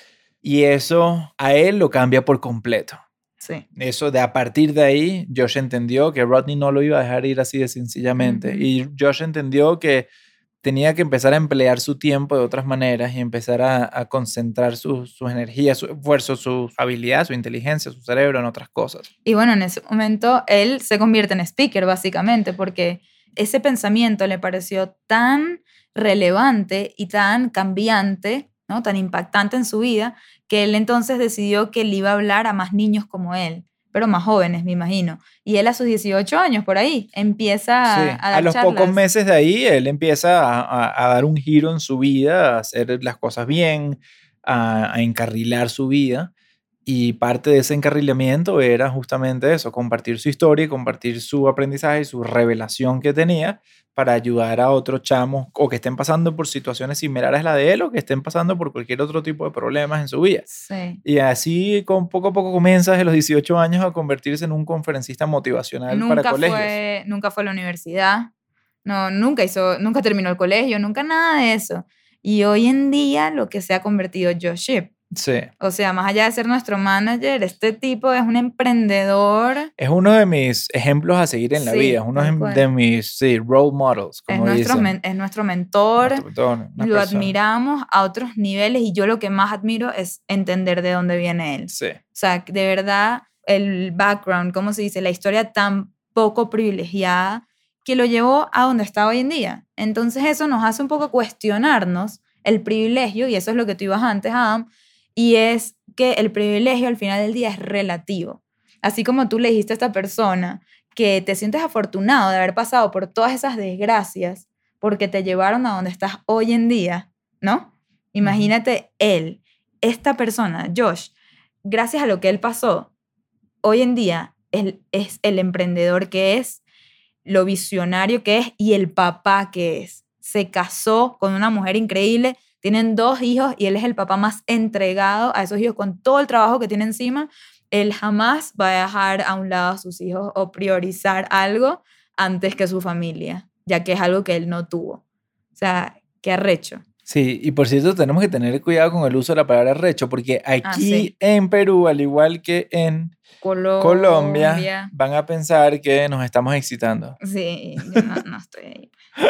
Speaker 1: Y eso a él lo cambia por completo.
Speaker 2: Sí.
Speaker 1: Eso de a partir de ahí, Josh entendió que Rodney no lo iba a dejar ir así de sencillamente. Uh-huh. Y Josh entendió que tenía que empezar a emplear su tiempo de otras maneras y empezar a, a concentrar sus su energías, su esfuerzo, su habilidad, su inteligencia, su cerebro en otras cosas.
Speaker 2: Y bueno, en ese momento él se convierte en speaker básicamente porque ese pensamiento le pareció tan relevante y tan cambiante, ¿no? Tan impactante en su vida, que él entonces decidió que le iba a hablar a más niños como él, pero más jóvenes, me imagino. Y él a sus dieciocho años, por ahí, empieza
Speaker 1: sí,
Speaker 2: a, a dar
Speaker 1: A los
Speaker 2: charlas.
Speaker 1: pocos meses de ahí, él empieza a, a, a dar un giro en su vida, a hacer las cosas bien, a, a encarrilar su vida. Y parte de ese encarrilamiento era justamente eso, compartir su historia, compartir su aprendizaje y su revelación que tenía para ayudar a otros chamos o que estén pasando por situaciones similares a la de él o que estén pasando por cualquier otro tipo de problemas en su vida.
Speaker 2: Sí.
Speaker 1: Y así con poco a poco comienza desde los dieciocho años a convertirse en un conferencista motivacional
Speaker 2: nunca
Speaker 1: para colegios.
Speaker 2: Fue, nunca fue a la universidad, no, nunca, hizo, nunca terminó el colegio, nunca nada de eso. Y hoy en día lo que se ha convertido Josh Shipp.
Speaker 1: Sí.
Speaker 2: O sea, más allá de ser nuestro manager, este tipo es un emprendedor.
Speaker 1: Es uno de mis ejemplos a seguir en la
Speaker 2: sí,
Speaker 1: vida. Es uno de mis sí, role models, como
Speaker 2: es nuestro,
Speaker 1: dicen.
Speaker 2: Men, es nuestro mentor.
Speaker 1: Nuestro mentor
Speaker 2: lo persona. admiramos a otros niveles y yo lo que más admiro es entender de dónde viene él.
Speaker 1: Sí.
Speaker 2: O sea, de verdad, el background, ¿cómo se dice? La historia tan poco privilegiada que lo llevó a donde está hoy en día. Entonces eso nos hace un poco cuestionarnos el privilegio, y eso es lo que tú ibas antes, Adam, y es que el privilegio al final del día es relativo. Así como tú le dijiste a esta persona que te sientes afortunado de haber pasado por todas esas desgracias porque te llevaron a donde estás hoy en día, ¿no? Imagínate uh-huh. él, esta persona, Josh, gracias a lo que él pasó, hoy en día él es el emprendedor que es, lo visionario que es y el papá que es. Se casó con una mujer increíble, tienen dos hijos y él es el papá más entregado a esos hijos con todo el trabajo que tiene encima. Él jamás va a dejar a un lado a sus hijos o priorizar algo antes que su familia, ya que es algo que él no tuvo. O sea, qué arrecho.
Speaker 1: Sí, y por cierto, tenemos que tener cuidado con el uso de la palabra arrecho, porque aquí ah, sí. en Perú, al igual que en Colombia. Colombia, van a pensar que nos estamos excitando.
Speaker 2: Sí, yo no, no estoy ahí.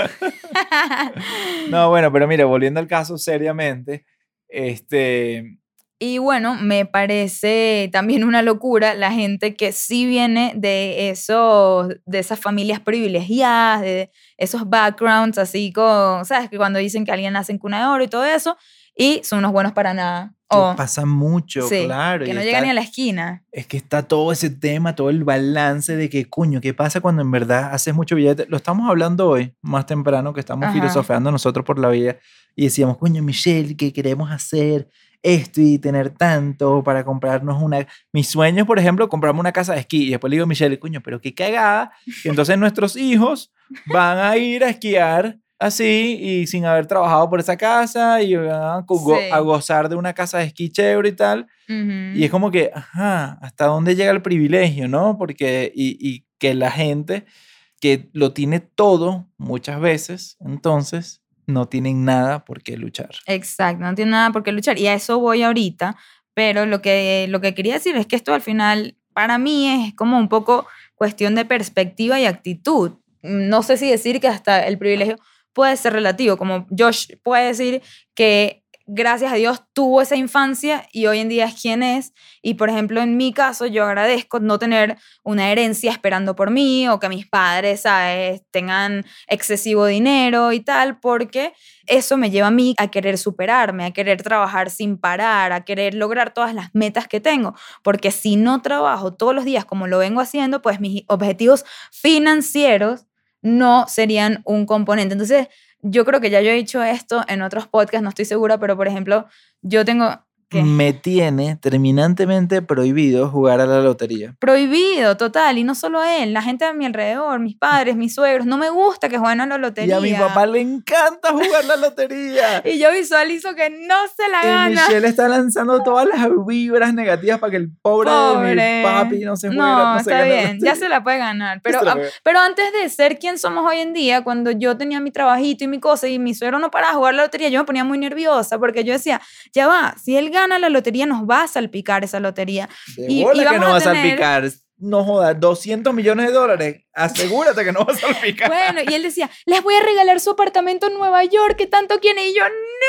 Speaker 1: No, bueno, pero mira, volviendo al caso seriamente, este...
Speaker 2: Y bueno, me parece también una locura la gente que sí viene de, esos, de esas familias privilegiadas, de esos backgrounds así como, ¿sabes? Que cuando dicen que alguien nace en cuna de oro y todo eso, y son unos buenos para nada.
Speaker 1: Oh, pasa mucho,
Speaker 2: sí,
Speaker 1: claro.
Speaker 2: Que no
Speaker 1: está,
Speaker 2: llegan ni a la esquina.
Speaker 1: Es que está todo ese tema, todo el balance de que, coño, ¿qué pasa cuando en verdad haces mucho billete? Lo estamos hablando hoy, más temprano, que estamos Ajá. filosofeando nosotros por la vida, y decíamos, coño, Michelle, ¿qué queremos hacer? Esto y tener tanto para comprarnos una... Mis sueños, por ejemplo, comprarme una casa de esquí. Y después le digo a Michelle, coño, pero qué cagada. Y entonces nuestros hijos van a ir a esquiar así y sin haber trabajado por esa casa y van a, go-
Speaker 2: Sí.
Speaker 1: a gozar de una casa de esquí chévere y tal.
Speaker 2: Ujú.
Speaker 1: Y es como que, ajá, ¿hasta dónde llega el privilegio, no? Porque, y, y que la gente que lo tiene todo, muchas veces, entonces, no tienen nada por qué luchar.
Speaker 2: Exacto, no tiene nada por qué luchar. Y a eso voy ahorita. Pero lo que, lo que quería decir es que esto al final, para mí, es como un poco cuestión de perspectiva y actitud. No sé si decir que hasta el privilegio puede ser relativo, como Josh puede decir que gracias a Dios tuvo esa infancia y hoy en día es quien es. Y por ejemplo, en mi caso, yo agradezco no tener una herencia esperando por mí o que mis padres, ¿sabes?, tengan excesivo dinero y tal, porque eso me lleva a mí a querer superarme, a querer trabajar sin parar, a querer lograr todas las metas que tengo. Porque si no trabajo todos los días como lo vengo haciendo, pues mis objetivos financieros no serían un componente. Entonces, yo creo que ya yo he dicho esto en otros podcasts, no estoy segura, pero por ejemplo, yo tengo ¿Qué?
Speaker 1: Me tiene terminantemente prohibido jugar a la lotería.
Speaker 2: Prohibido, total. Y no solo él, la gente a mi alrededor, mis padres, mis suegros, no me gusta que jueguen a la lotería.
Speaker 1: Y a mi papá le encanta jugar la lotería.
Speaker 2: Y yo visualizo que no se la
Speaker 1: Y
Speaker 2: gana.
Speaker 1: Michelle está lanzando todas las vibras negativas para que el pobre,
Speaker 2: Pobre.
Speaker 1: de mi papi no se juegue.
Speaker 2: No,
Speaker 1: no se
Speaker 2: está
Speaker 1: gane la
Speaker 2: bien, ya
Speaker 1: lotería.
Speaker 2: se la puede ganar. Pero,
Speaker 1: Se la
Speaker 2: a-
Speaker 1: puede-
Speaker 2: pero antes de ser quien somos hoy en día, cuando yo tenía mi trabajito y mi cosa y mi suegro no paraba de jugar la lotería, yo me ponía muy nerviosa porque yo decía, ya va, si él gana la lotería, nos va a salpicar esa lotería.
Speaker 1: De
Speaker 2: Y-
Speaker 1: bola
Speaker 2: y
Speaker 1: que
Speaker 2: vamos
Speaker 1: no
Speaker 2: a
Speaker 1: va a
Speaker 2: tener-
Speaker 1: salpicar. No jodas, doscientos millones de dólares. Asegúrate que no va a salpicar.
Speaker 2: Bueno, y él decía, les voy a regalar su apartamento en Nueva York, que tanto quiere. Y yo, no,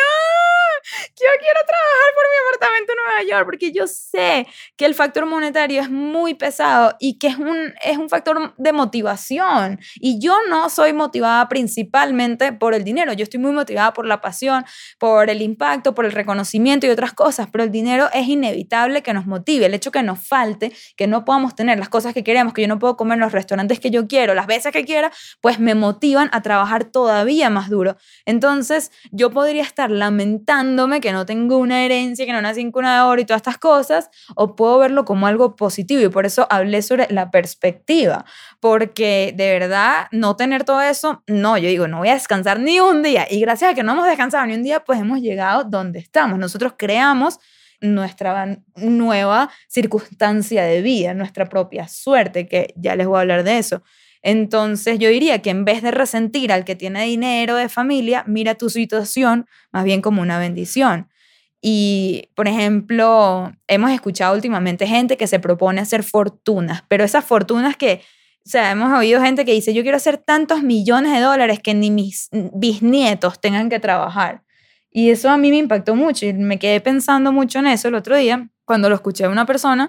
Speaker 2: yo quiero trabajar por mi apartamento en Nueva York, porque yo sé que el factor monetario es muy pesado y que es un, es un factor de motivación. Y yo no soy motivada principalmente por el dinero, yo estoy muy motivada por la pasión, por el impacto, por el reconocimiento y otras cosas, pero el dinero es inevitable que nos motive. El hecho que nos falte, que no podamos tener las cosas que queremos, que yo no puedo comer en los restaurantes que yo quiero, las veces que quiera, pues me motivan a trabajar todavía más duro. Entonces, yo podría estar lamentándome que no tengo una herencia, que no nací en cuna de oro y todas estas cosas, o puedo verlo como algo positivo, y por eso hablé sobre la perspectiva, porque de verdad no tener todo eso, no, yo digo, no voy a descansar ni un día, y gracias a que no hemos descansado ni un día, pues hemos llegado donde estamos. Nosotros creamos nuestra nueva circunstancia de vida, nuestra propia suerte, que ya les voy a hablar de eso. Entonces yo diría que en vez de resentir al que tiene dinero de familia, mira tu situación más bien como una bendición. Y, por ejemplo, hemos escuchado últimamente gente que se propone hacer fortunas, pero esas fortunas que, o sea, hemos oído gente que dice, yo quiero hacer tantos millones de dólares que ni mis bisnietos tengan que trabajar. Y eso a mí me impactó mucho y me quedé pensando mucho en eso el otro día cuando lo escuché de una persona,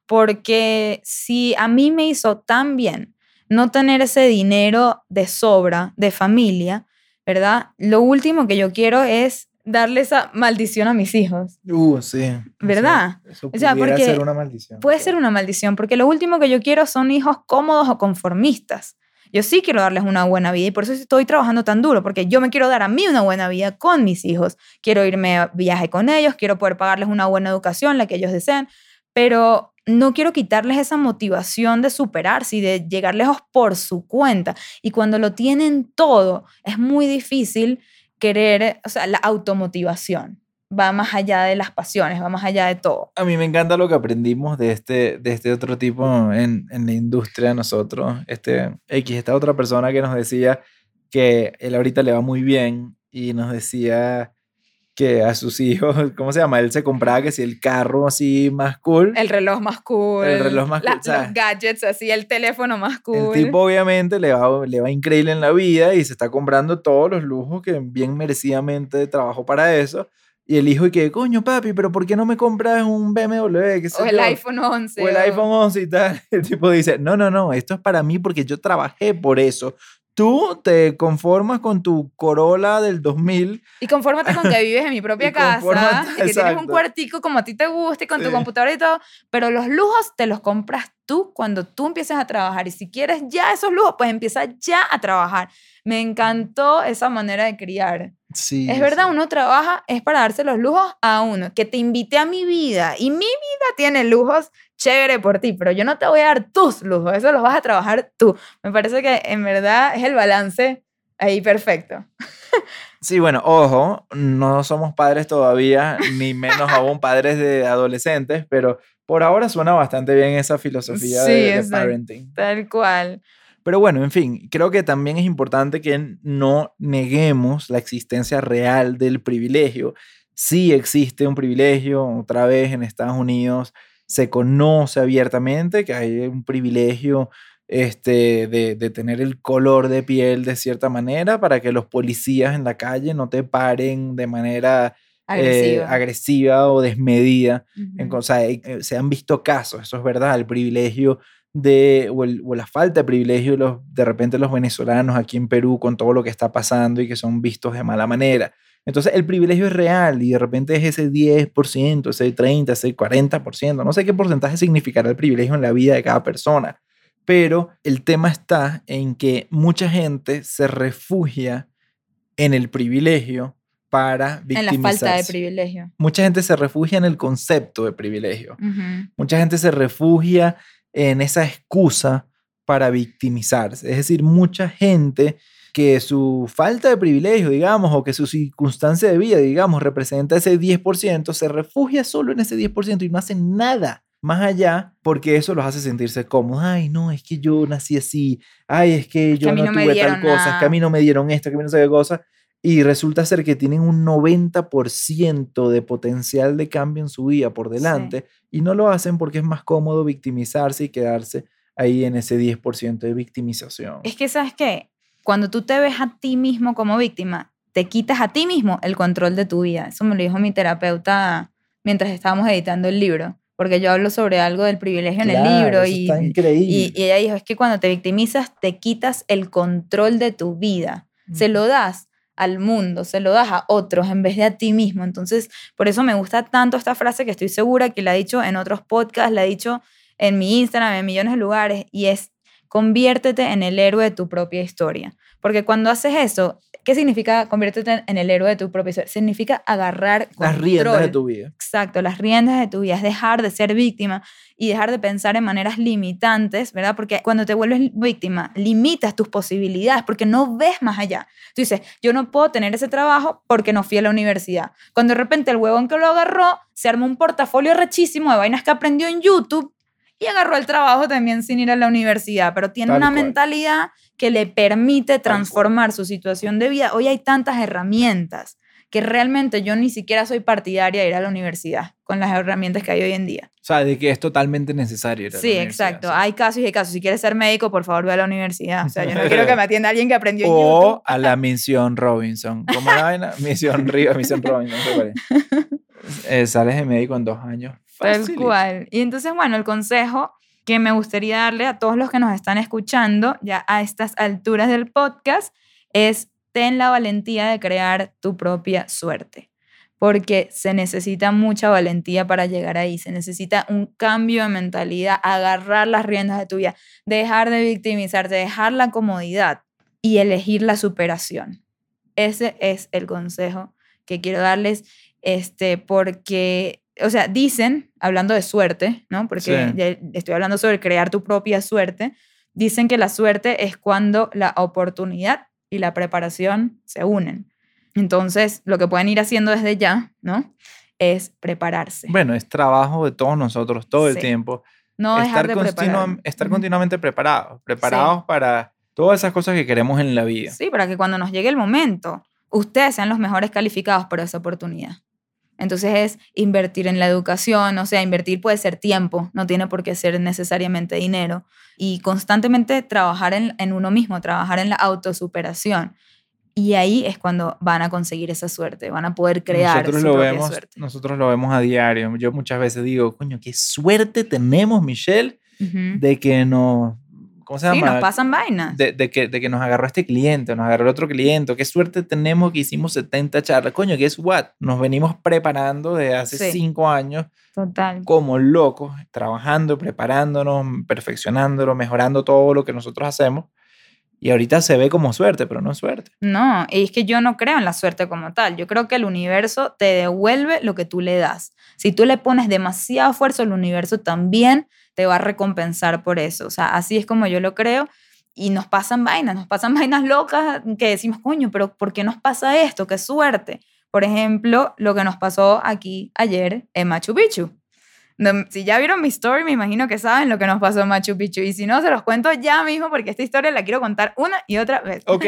Speaker 2: porque si a mí me hizo tan bien no tener ese dinero de sobra, de familia, ¿verdad? Lo último que yo quiero es darle esa maldición a mis hijos.
Speaker 1: Uh, sí.
Speaker 2: ¿Verdad?
Speaker 1: Eso, eso
Speaker 2: O sea,
Speaker 1: pudiera
Speaker 2: porque
Speaker 1: ser una maldición.
Speaker 2: Puede ser una maldición, porque lo último que yo quiero son hijos cómodos o conformistas. Yo sí quiero darles una buena vida y por eso estoy trabajando tan duro, porque yo me quiero dar a mí una buena vida con mis hijos. Quiero irme a viaje con ellos, quiero poder pagarles una buena educación, la que ellos deseen, pero no quiero quitarles esa motivación de superarse y de llegar lejos por su cuenta. Y cuando lo tienen todo, es muy difícil querer, o sea, la automotivación va más allá de las pasiones, va más allá de todo.
Speaker 1: A mí me encanta lo que aprendimos de este, de este otro tipo en, en la industria nosotros. Este X, esta otra persona que nos decía que él ahorita le va muy bien y nos decía que a sus hijos, ¿cómo se llama? Él se compraba que si el carro así más cool.
Speaker 2: El reloj más cool.
Speaker 1: El reloj más cool,
Speaker 2: la,
Speaker 1: ¿sabes?
Speaker 2: Los gadgets así, el teléfono más cool.
Speaker 1: El tipo obviamente le va, le va increíble en la vida y se está comprando todos los lujos que bien merecidamente trabajó para eso. Y el hijo y que, coño papi, pero ¿por qué no me compras un B M W? ¿Qué sé
Speaker 2: O el
Speaker 1: yo?
Speaker 2: iPhone once.
Speaker 1: O el iPhone once y tal. El tipo dice, no, no, no, esto es para mí porque yo trabajé por eso. Tú te conformas con tu Corolla del dos mil.
Speaker 2: Y confórmate con que vives en mi propia
Speaker 1: Y
Speaker 2: casa,
Speaker 1: confórmate,
Speaker 2: y que tienes un
Speaker 1: exacto.
Speaker 2: cuartico como a ti te gusta y con tu
Speaker 1: Sí.
Speaker 2: computadora y todo, pero los lujos te los compras tú cuando tú empiezas a trabajar. Y si quieres ya esos lujos, pues empieza ya a trabajar. Me encantó esa manera de criar.
Speaker 1: Sí,
Speaker 2: Es verdad,
Speaker 1: sí.
Speaker 2: uno trabaja es para darse los lujos a uno, que te invite a mi vida. Y mi vida tiene lujos, chévere por ti, pero yo no te voy a dar tus lujos, eso los vas a trabajar tú. Me parece que en verdad es el balance ahí perfecto.
Speaker 1: Sí, bueno, ojo, no somos padres todavía, ni menos aún padres de adolescentes, pero por ahora suena bastante bien esa filosofía
Speaker 2: Sí,
Speaker 1: de, de
Speaker 2: exacto.
Speaker 1: parenting.
Speaker 2: Tal cual.
Speaker 1: Pero bueno, en fin, creo que también es importante que no neguemos la existencia real del privilegio. Sí existe un privilegio, otra vez en Estados Unidos se conoce abiertamente que hay un privilegio este, de, de tener el color de piel de cierta manera para que los policías en la calle no te paren de manera
Speaker 2: Agresiva.
Speaker 1: eh, agresiva o desmedida.
Speaker 2: Ujú.
Speaker 1: En, o sea, eh, se han visto casos, eso es verdad, el privilegio de, o, el, o la falta de privilegio de, los, de repente los venezolanos aquí en Perú con todo lo que está pasando y que son vistos de mala manera. Entonces el privilegio es real y de repente es ese diez por ciento, ese treinta por ciento, ese cuarenta por ciento, no sé qué porcentaje significará el privilegio en la vida de cada persona, pero el tema está en que mucha gente se refugia en el privilegio para
Speaker 2: En
Speaker 1: victimizarse.
Speaker 2: la falta de privilegio.
Speaker 1: Mucha gente se refugia en el concepto de privilegio.
Speaker 2: Uh-huh.
Speaker 1: Mucha gente se refugia en esa excusa para victimizarse. Es decir, mucha gente que su falta de privilegio, digamos, o que su circunstancia de vida, digamos, representa ese diez por ciento, se refugia solo en ese diez por ciento y no hacen nada más allá porque eso los hace sentirse cómodos. Ay, no, es que yo nací así. Ay, es que yo
Speaker 2: que a mí
Speaker 1: no,
Speaker 2: no me
Speaker 1: tuve
Speaker 2: dieron
Speaker 1: tal cosa.
Speaker 2: nada.
Speaker 1: Es que a mí no me dieron esto, que a mí no sé qué cosa. Y resulta ser que tienen un noventa por ciento de potencial de cambio en su vida por delante
Speaker 2: Sí.
Speaker 1: y no lo hacen porque es más cómodo victimizarse y quedarse ahí en ese diez por ciento de victimización.
Speaker 2: Es que, ¿sabes qué? Cuando tú te ves a ti mismo como víctima, te quitas a ti mismo el control de tu vida. Eso me lo dijo mi terapeuta mientras estábamos editando el libro, porque yo hablo sobre algo del privilegio
Speaker 1: Claro,
Speaker 2: en el libro
Speaker 1: eso
Speaker 2: y,
Speaker 1: está increíble.
Speaker 2: y, y ella dijo, es que cuando te victimizas, te quitas el control de tu vida. Uh-huh. Se lo das al mundo, se lo das a otros en vez de a ti mismo. Entonces, por eso me gusta tanto esta frase que estoy segura que la he dicho en otros podcasts, la he dicho en mi Instagram, en millones de lugares, y es: conviértete en el héroe de tu propia historia. Porque cuando haces eso, ¿qué significa conviértete en el héroe de tu propia historia? Significa agarrar control.
Speaker 1: Las riendas de tu vida.
Speaker 2: Exacto, las riendas de tu vida. Es dejar de ser víctima y dejar de pensar en maneras limitantes, ¿verdad? Porque cuando te vuelves víctima, limitas tus posibilidades porque no ves más allá. Tú dices, yo no puedo tener ese trabajo porque no fui a la universidad. Cuando de repente el huevón que lo agarró se armó un portafolio rechísimo de vainas que aprendió en YouTube y agarró el trabajo también sin ir a la universidad, pero tiene
Speaker 1: Tal
Speaker 2: una
Speaker 1: cual.
Speaker 2: mentalidad que le permite transformar su situación de vida. Hoy hay tantas herramientas que realmente yo ni siquiera soy partidaria de ir a la universidad con las herramientas que hay hoy en día.
Speaker 1: O sea, de que es totalmente necesario ir a la
Speaker 2: Sí,
Speaker 1: universidad,
Speaker 2: exacto.
Speaker 1: sí.
Speaker 2: Hay casos y hay casos. Si quieres ser médico, por favor, ve a la universidad. O sea, yo no quiero que me atienda alguien que aprendió en
Speaker 1: O
Speaker 2: YouTube.
Speaker 1: a la Misión Robinson. ¿Cómo la vaina? Misión Río, Misión Robinson. No sé cuál es. Eh, sales de médico en dos años.
Speaker 2: Tal
Speaker 1: Facilito.
Speaker 2: cual. Y entonces, bueno, el consejo que me gustaría darle a todos los que nos están escuchando ya a estas alturas del podcast es: ten la valentía de crear tu propia suerte, porque se necesita mucha valentía para llegar ahí, se necesita un cambio de mentalidad, agarrar las riendas de tu vida, dejar de victimizarte, dejar la comodidad y elegir la superación. Ese es el consejo que quiero darles, este, porque... O sea, dicen, hablando de suerte, ¿no? Porque
Speaker 1: Sí.
Speaker 2: ya estoy hablando sobre crear tu propia suerte. Dicen que la suerte es cuando la oportunidad y la preparación se unen. Entonces, lo que pueden ir haciendo desde ya, ¿no? Es prepararse.
Speaker 1: Bueno, es trabajo de todos nosotros todo el
Speaker 2: Sí.
Speaker 1: tiempo.
Speaker 2: No dejar
Speaker 1: estar
Speaker 2: de
Speaker 1: continua-
Speaker 2: preparar.
Speaker 1: estar
Speaker 2: Ujú.
Speaker 1: continuamente preparados. Preparados
Speaker 2: Sí.
Speaker 1: para todas esas cosas que queremos en la vida.
Speaker 2: Sí, para que cuando nos llegue el momento, ustedes sean los mejores calificados por esa oportunidad. Entonces es invertir en la educación, o sea, invertir puede ser tiempo, no tiene por qué ser necesariamente dinero. Y constantemente trabajar en, en uno mismo, trabajar en la autosuperación. Y ahí es cuando van a conseguir esa suerte, van a poder crear
Speaker 1: nosotros
Speaker 2: su
Speaker 1: lo
Speaker 2: propia
Speaker 1: vemos,
Speaker 2: suerte.
Speaker 1: Nosotros lo vemos a diario. Yo muchas veces digo, coño, qué suerte tenemos, Michelle,
Speaker 2: Ujú.
Speaker 1: de que nos... ¿Cómo se
Speaker 2: Sí,
Speaker 1: llama?
Speaker 2: nos pasan vainas.
Speaker 1: De, de que, de que nos agarró este cliente, nos agarró el otro cliente. Qué suerte tenemos que hicimos setenta charlas. Coño, guess what? Nos venimos preparando desde hace
Speaker 2: Sí.
Speaker 1: cinco años
Speaker 2: Total.
Speaker 1: como locos, trabajando, preparándonos, perfeccionándolo, mejorando todo lo que nosotros hacemos. Y ahorita se ve como suerte, pero no es suerte.
Speaker 2: No, y es que yo no creo en la suerte como tal. Yo creo que el universo te devuelve lo que tú le das. Si tú le pones demasiado esfuerzo, el universo también te va a recompensar por eso. O sea, así es como yo lo creo. Y nos pasan vainas, nos pasan vainas locas que decimos, coño, pero ¿por qué nos pasa esto? ¡Qué suerte! Por ejemplo, lo que nos pasó aquí ayer en Machu Picchu. No, si ya vieron mi story, me imagino que saben lo que nos pasó en Machu Picchu. Y si no, se los cuento ya mismo porque esta historia la quiero contar una y otra vez.
Speaker 1: Ok,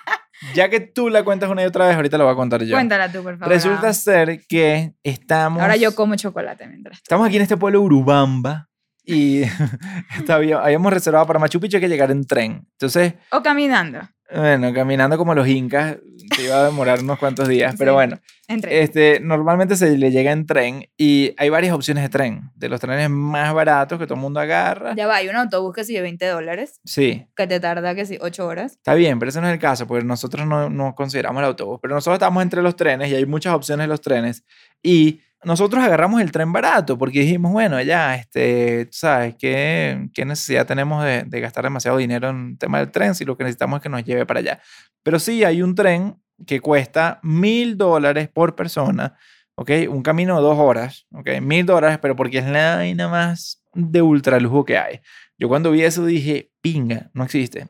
Speaker 1: ya que tú la cuentas una y otra vez, ahorita la voy a contar yo.
Speaker 2: Cuéntala tú, por favor.
Speaker 1: Resulta
Speaker 2: ah.
Speaker 1: ser que estamos...
Speaker 2: Ahora yo como chocolate mientras.
Speaker 1: Estamos aquí en este pueblo Urubamba y había- habíamos reservado para Machu Picchu hay que llegar en tren. Entonces,
Speaker 2: O caminando.
Speaker 1: bueno, caminando como los incas, se iba a demorar unos cuantos días, pero
Speaker 2: Sí.
Speaker 1: bueno.
Speaker 2: Entre.
Speaker 1: Este, normalmente se le llega en tren y hay varias opciones de tren, de los trenes más baratos que todo el mundo agarra.
Speaker 2: Ya va, hay un autobús que sí de veinte dólares,
Speaker 1: Sí,
Speaker 2: que te tarda que sí ocho horas.
Speaker 1: está bien, pero ese no es el caso, porque nosotros no, no consideramos el autobús, pero nosotros estamos entre los trenes y hay muchas opciones de los trenes y nosotros agarramos el tren barato porque dijimos, bueno, ya, este, tú ¿sabes qué, qué necesidad tenemos de, de gastar demasiado dinero en el tema del tren si lo que necesitamos es que nos lleve para allá? Pero sí, hay un tren que cuesta mil dólares por persona, ¿ok? Un camino de dos horas, ¿ok? Mil dólares, pero porque es la vaina más de ultra lujo que hay. Yo cuando vi eso dije, pinga, no existe.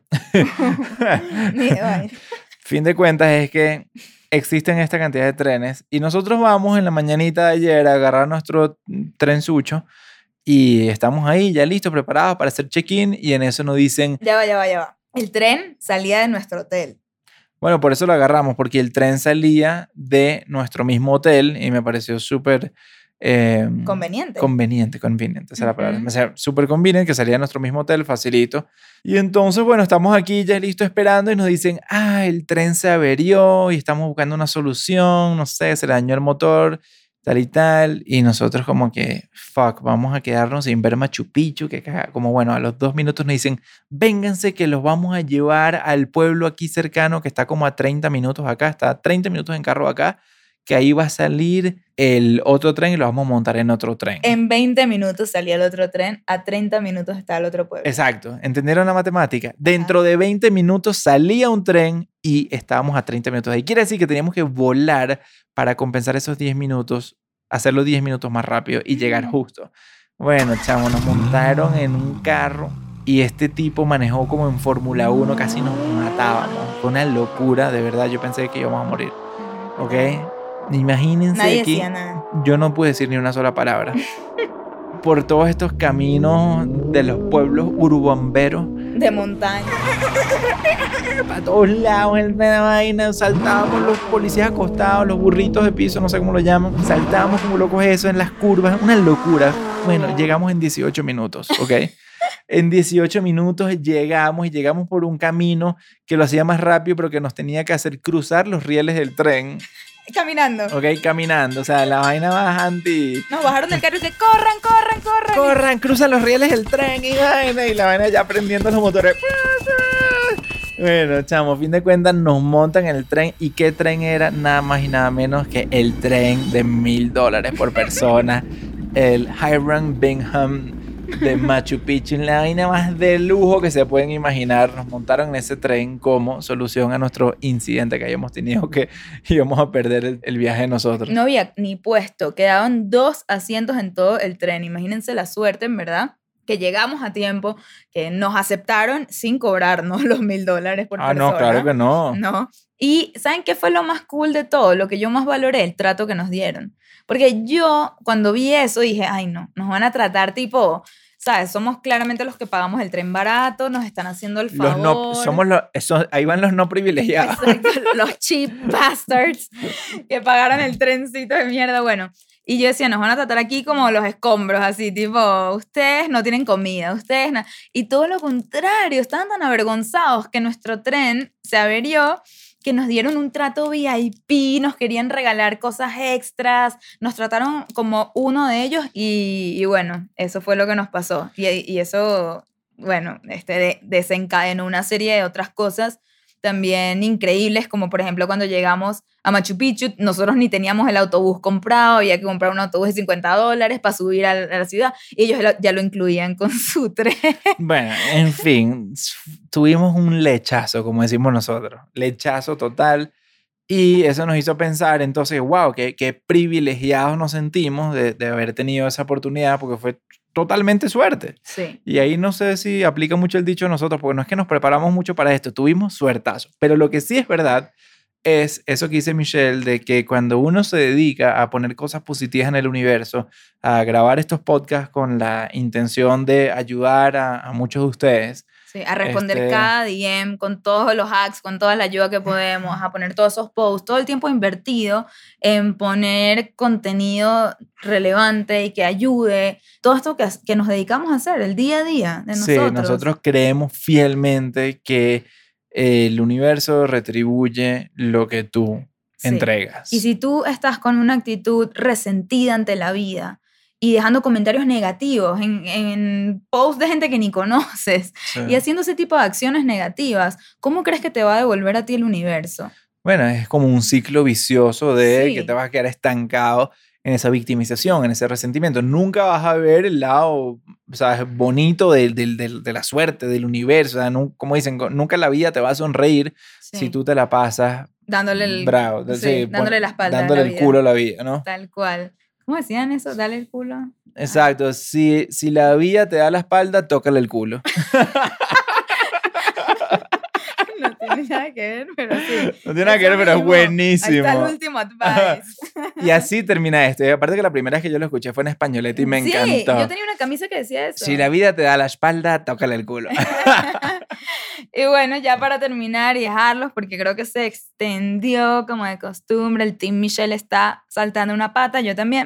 Speaker 1: Fin de cuentas es que existen esta cantidad de trenes y nosotros vamos en la mañanita de ayer a agarrar nuestro trensucho y estamos ahí ya listos, preparados para hacer check-in y en eso nos dicen...
Speaker 2: Ya va, ya va, ya va. El tren salía de nuestro hotel.
Speaker 1: Bueno, por eso lo agarramos, porque el tren salía de nuestro mismo hotel y me pareció súper... Eh,
Speaker 2: conveniente.
Speaker 1: Conveniente, conveniente, esa es la palabra.
Speaker 2: Ujú.
Speaker 1: O sea, súper conveniente que salía de nuestro mismo hotel, facilito. Y entonces, bueno, estamos aquí ya listos esperando y nos dicen, ah, el tren se averió y estamos buscando una solución, no sé, se le dañó el motor, tal y tal. Y nosotros como que, fuck, vamos a quedarnos sin ver Machu Picchu, que caga. Como bueno, a los dos minutos nos dicen, vénganse que los vamos a llevar al pueblo aquí cercano que está como a treinta minutos acá, está a treinta minutos en carro acá, que ahí va a salir el otro tren y lo vamos a montar en otro tren.
Speaker 2: En veinte minutos salía el otro tren, a treinta minutos está el otro pueblo.
Speaker 1: Exacto, ¿entendieron la matemática? Dentro de veinte minutos salía un tren y estábamos a treinta minutos. Y quiere decir que teníamos que volar para compensar esos diez minutos, hacerlo diez minutos más rápido y llegar justo. Bueno, chamo, nos montaron en un carro y este tipo manejó como en Fórmula uno, casi nos matábamos. Fue una locura, de verdad, yo pensé que íbamos a morir. ¿Ok? Imagínense
Speaker 2: Nadie
Speaker 1: aquí,
Speaker 2: decía nada.
Speaker 1: yo no pude decir ni una sola palabra. Por todos estos caminos de los pueblos urubamberos.
Speaker 2: De montaña.
Speaker 1: Para todos lados, en la vaina, saltábamos los policías acostados, los burritos de piso, no sé cómo lo llaman. Saltábamos como locos eso en las curvas, una locura. Bueno, llegamos en dieciocho minutos, ¿ok? En dieciocho minutos llegamos y llegamos por un camino que lo hacía más rápido, pero que nos tenía que hacer cruzar los rieles del tren.
Speaker 2: Caminando.
Speaker 1: Ok, caminando, o sea, la vaina más anti...
Speaker 2: Nos bajaron del carro y que corran, corran, corran.
Speaker 1: Corran, cruzan los rieles del tren y vaina, y la vaina ya prendiendo los motores. Bueno, chamo, fin de cuentas nos montan en el tren. ¿Y qué tren era? Nada más y nada menos que el tren de mil dólares por persona. El Hiram Bingham de Machu Picchu, la vaina más de lujo que se pueden imaginar. Nos montaron en ese tren como solución a nuestro incidente que habíamos tenido, que íbamos a perder el, el viaje de nosotros.
Speaker 2: No había ni puesto, quedaban dos asientos en todo el tren. Imagínense la suerte, en verdad, que llegamos a tiempo, que nos aceptaron sin cobrarnos los mil dólares por
Speaker 1: ah,
Speaker 2: persona.
Speaker 1: Ah, no, claro que no.
Speaker 2: No. Y ¿saben qué fue lo más cool de todo? Lo que yo más valoré, el trato que nos dieron. Porque yo, cuando vi eso, dije, ay, no, nos van a tratar tipo... ¿Sabes? Somos claramente los que pagamos el tren barato, nos están haciendo el favor.
Speaker 1: Los no, somos los, esos, ahí van los no privilegiados.
Speaker 2: Exacto, los cheap bastards que pagaron el trencito de mierda. Bueno, y yo decía, nos van a tratar aquí como los escombros, así, tipo, ustedes no tienen comida, ustedes no... Y todo lo contrario, estaban tan avergonzados que nuestro tren se averió, que nos dieron un trato V I P, nos querían regalar cosas extras, nos trataron como uno de ellos y, y bueno, eso fue lo que nos pasó. Y, y eso, bueno, este de, desencadenó una serie de otras cosas también increíbles, como por ejemplo cuando llegamos a Machu Picchu, nosotros ni teníamos el autobús comprado, había que comprar un autobús de cincuenta dólares para subir a la, a la ciudad, y ellos ya lo incluían con su tren.
Speaker 1: Bueno, en fin, tuvimos un lechazo, como decimos nosotros, lechazo total, y eso nos hizo pensar, entonces, wow, qué, qué privilegiados nos sentimos de, de haber tenido esa oportunidad, porque fue totalmente suerte.
Speaker 2: Sí.
Speaker 1: Y ahí no sé si aplica mucho el dicho de nosotros, porque no es que nos preparamos mucho para esto, tuvimos suertazo. Pero lo que sí es verdad es eso que dice Michelle, de que cuando uno se dedica a poner cosas positivas en el universo, a grabar estos podcasts con la intención de ayudar a, a muchos de ustedes.
Speaker 2: Sí, a responder
Speaker 1: este...
Speaker 2: cada D M con todos los hacks, con toda la ayuda que podemos, a poner todos esos posts, todo el tiempo invertido en poner contenido relevante y que ayude, todo esto que, que nos dedicamos a hacer el día a día de nosotros.
Speaker 1: Sí, nosotros creemos fielmente que el universo retribuye lo que tú sí. entregas.
Speaker 2: Y si tú estás con una actitud resentida ante la vida, y dejando comentarios negativos en, en posts de gente que ni conoces, sí. y haciendo ese tipo de acciones negativas, ¿cómo crees que te va a devolver a ti el universo?
Speaker 1: Bueno, es como un ciclo vicioso de
Speaker 2: sí.
Speaker 1: que te vas a quedar estancado en esa victimización, en ese resentimiento. Nunca vas a ver el lado, ¿sabes?, bonito de, de, de, de la suerte, del universo. O sea, no, como dicen, nunca la vida te va a sonreír sí. si tú te la pasas
Speaker 2: Dándole el,
Speaker 1: bravo,
Speaker 2: sí,
Speaker 1: sí,
Speaker 2: dándole la espalda.
Speaker 1: Dándole
Speaker 2: a la
Speaker 1: el
Speaker 2: vida.
Speaker 1: culo a la vida, ¿no?
Speaker 2: Tal cual. ¿Cómo decían eso? Dale el culo.
Speaker 1: Exacto. Si, si la vida te da la espalda, tócale el culo.
Speaker 2: No tiene nada que ver, pero sí.
Speaker 1: No tiene nada que ver, pero es
Speaker 2: mismo.
Speaker 1: buenísimo.
Speaker 2: Ahí está el último advice.
Speaker 1: Y así termina esto. Y aparte que la primera vez que yo lo escuché fue en españolete y me
Speaker 2: sí,
Speaker 1: encantó.
Speaker 2: yo tenía una camisa que decía eso.
Speaker 1: Si la vida te da la espalda, tócale el culo.
Speaker 2: Y bueno, ya para terminar y dejarlos, porque creo que se extendió como de costumbre, el Team Michelle está saltando una pata, yo también.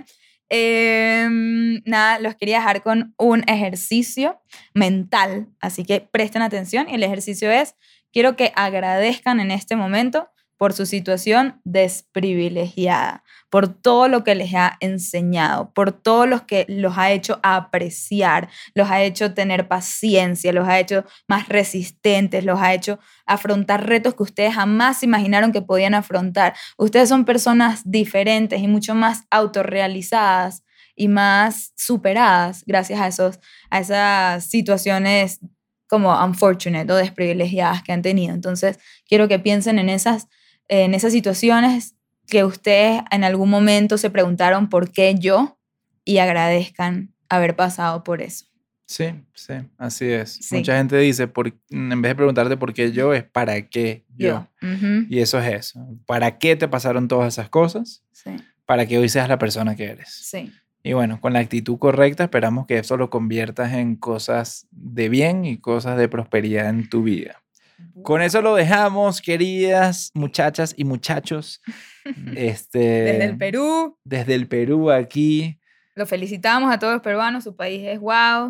Speaker 2: Eh, nada, los quería dejar con un ejercicio mental, así que presten atención y el ejercicio es, quiero que agradezcan en este momento por su situación desprivilegiada, por todo lo que les ha enseñado, por todo lo que los ha hecho apreciar, los ha hecho tener paciencia, los ha hecho más resistentes, los ha hecho afrontar retos que ustedes jamás imaginaron que podían afrontar. Ustedes son personas diferentes y mucho más autorrealizadas y más superadas gracias a, esos, a esas situaciones como unfortunate o desprivilegiadas que han tenido. Entonces, quiero que piensen en esas en esas situaciones que ustedes en algún momento se preguntaron por qué yo y agradezcan haber pasado por eso.
Speaker 1: Sí, sí, así es.
Speaker 2: Sí.
Speaker 1: Mucha gente dice, por, en vez de preguntarte por qué yo, es para qué yo.
Speaker 2: Yo. Uh-huh.
Speaker 1: Y eso es eso. ¿Para qué te pasaron todas esas cosas?
Speaker 2: Sí.
Speaker 1: Para que hoy seas la persona que eres.
Speaker 2: Sí.
Speaker 1: Y bueno, con la actitud correcta esperamos que eso lo conviertas en cosas de bien y cosas de prosperidad en tu vida. Con eso lo dejamos, queridas muchachas y muchachos. Este,
Speaker 2: desde el Perú.
Speaker 1: Desde el Perú aquí.
Speaker 2: Los felicitamos a todos los peruanos, su país es wow.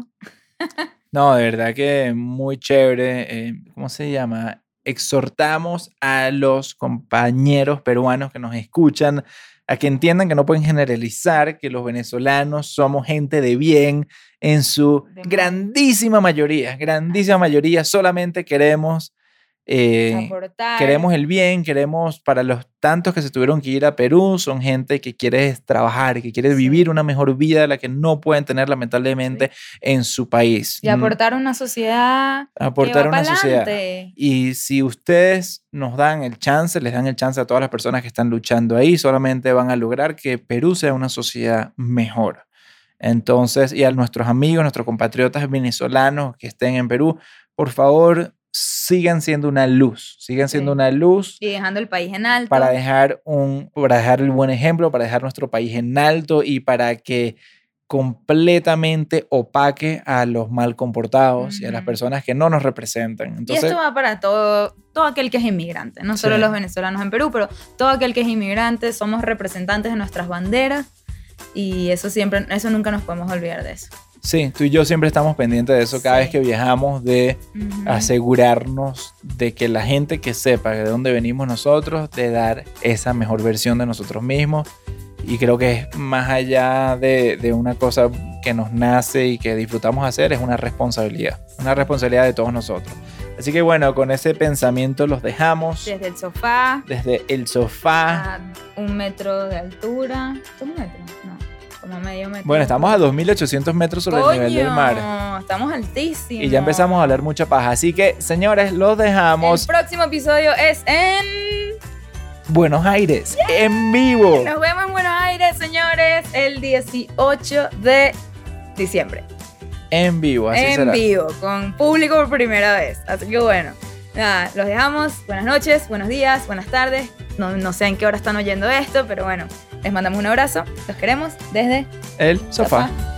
Speaker 1: No, de verdad que muy chévere. Eh, ¿Cómo se llama? Exhortamos a los compañeros peruanos que nos escuchan a que entiendan que no pueden generalizar, que los venezolanos somos gente de bien en su grandísima mayoría, grandísima mayoría. Solamente queremos, eh, queremos el bien, queremos para los tantos que se tuvieron que ir a Perú, son gente que quiere trabajar, que quiere sí. vivir una mejor vida de la que no pueden tener lamentablemente sí. en su país.
Speaker 2: Y aportar una sociedad
Speaker 1: aportar
Speaker 2: que va
Speaker 1: una sociedad.
Speaker 2: Pa'lante.
Speaker 1: Y si ustedes nos dan el chance, les dan el chance a todas las personas que están luchando ahí, solamente van a lograr que Perú sea una sociedad mejor. Entonces, y a nuestros amigos, nuestros compatriotas venezolanos que estén en Perú, por favor, sigan siendo una luz, sigan siendo sí. una luz.
Speaker 2: Y dejando el país en alto.
Speaker 1: Para dejar, un, para dejar el buen ejemplo, para dejar nuestro país en alto y para que completamente opaque a los mal comportados mm. y a las personas que no nos representan. Entonces,
Speaker 2: y esto va para todo, todo aquel que es inmigrante, no solo sí. los venezolanos en Perú, pero todo aquel que es inmigrante, somos representantes de nuestras banderas y eso siempre, eso nunca nos podemos olvidar de eso.
Speaker 1: Sí, tú y yo siempre estamos pendientes de eso cada sí. vez que viajamos, de uh-huh. asegurarnos de que la gente que sepa de dónde venimos nosotros, de dar esa mejor versión de nosotros mismos. Y creo que es más allá de, de una cosa que nos nace y que disfrutamos hacer, es una responsabilidad, una responsabilidad de todos nosotros. Así que bueno, con ese pensamiento los dejamos.
Speaker 2: Desde el sofá.
Speaker 1: Desde el sofá.
Speaker 2: A un metro de altura. ¿Un metro? No. Como medio metro.
Speaker 1: Bueno, estamos a dos mil ochocientos metros sobre
Speaker 2: ¡Coño!
Speaker 1: el nivel del mar.
Speaker 2: Estamos altísimos.
Speaker 1: Y ya empezamos a hablar mucha paja. Así que, señores, los dejamos.
Speaker 2: El próximo episodio es en
Speaker 1: Buenos Aires,
Speaker 2: yeah.
Speaker 1: en vivo.
Speaker 2: Nos vemos en Buenos Aires, señores, el dieciocho de diciembre.
Speaker 1: En vivo, así
Speaker 2: en
Speaker 1: será.
Speaker 2: En vivo, con público por primera vez. Así que bueno, nada, los dejamos. Buenas noches, buenos días, buenas tardes. No, no sé en qué hora están oyendo esto, pero bueno, les mandamos un abrazo. Los queremos desde
Speaker 1: el sofá.
Speaker 2: sofá.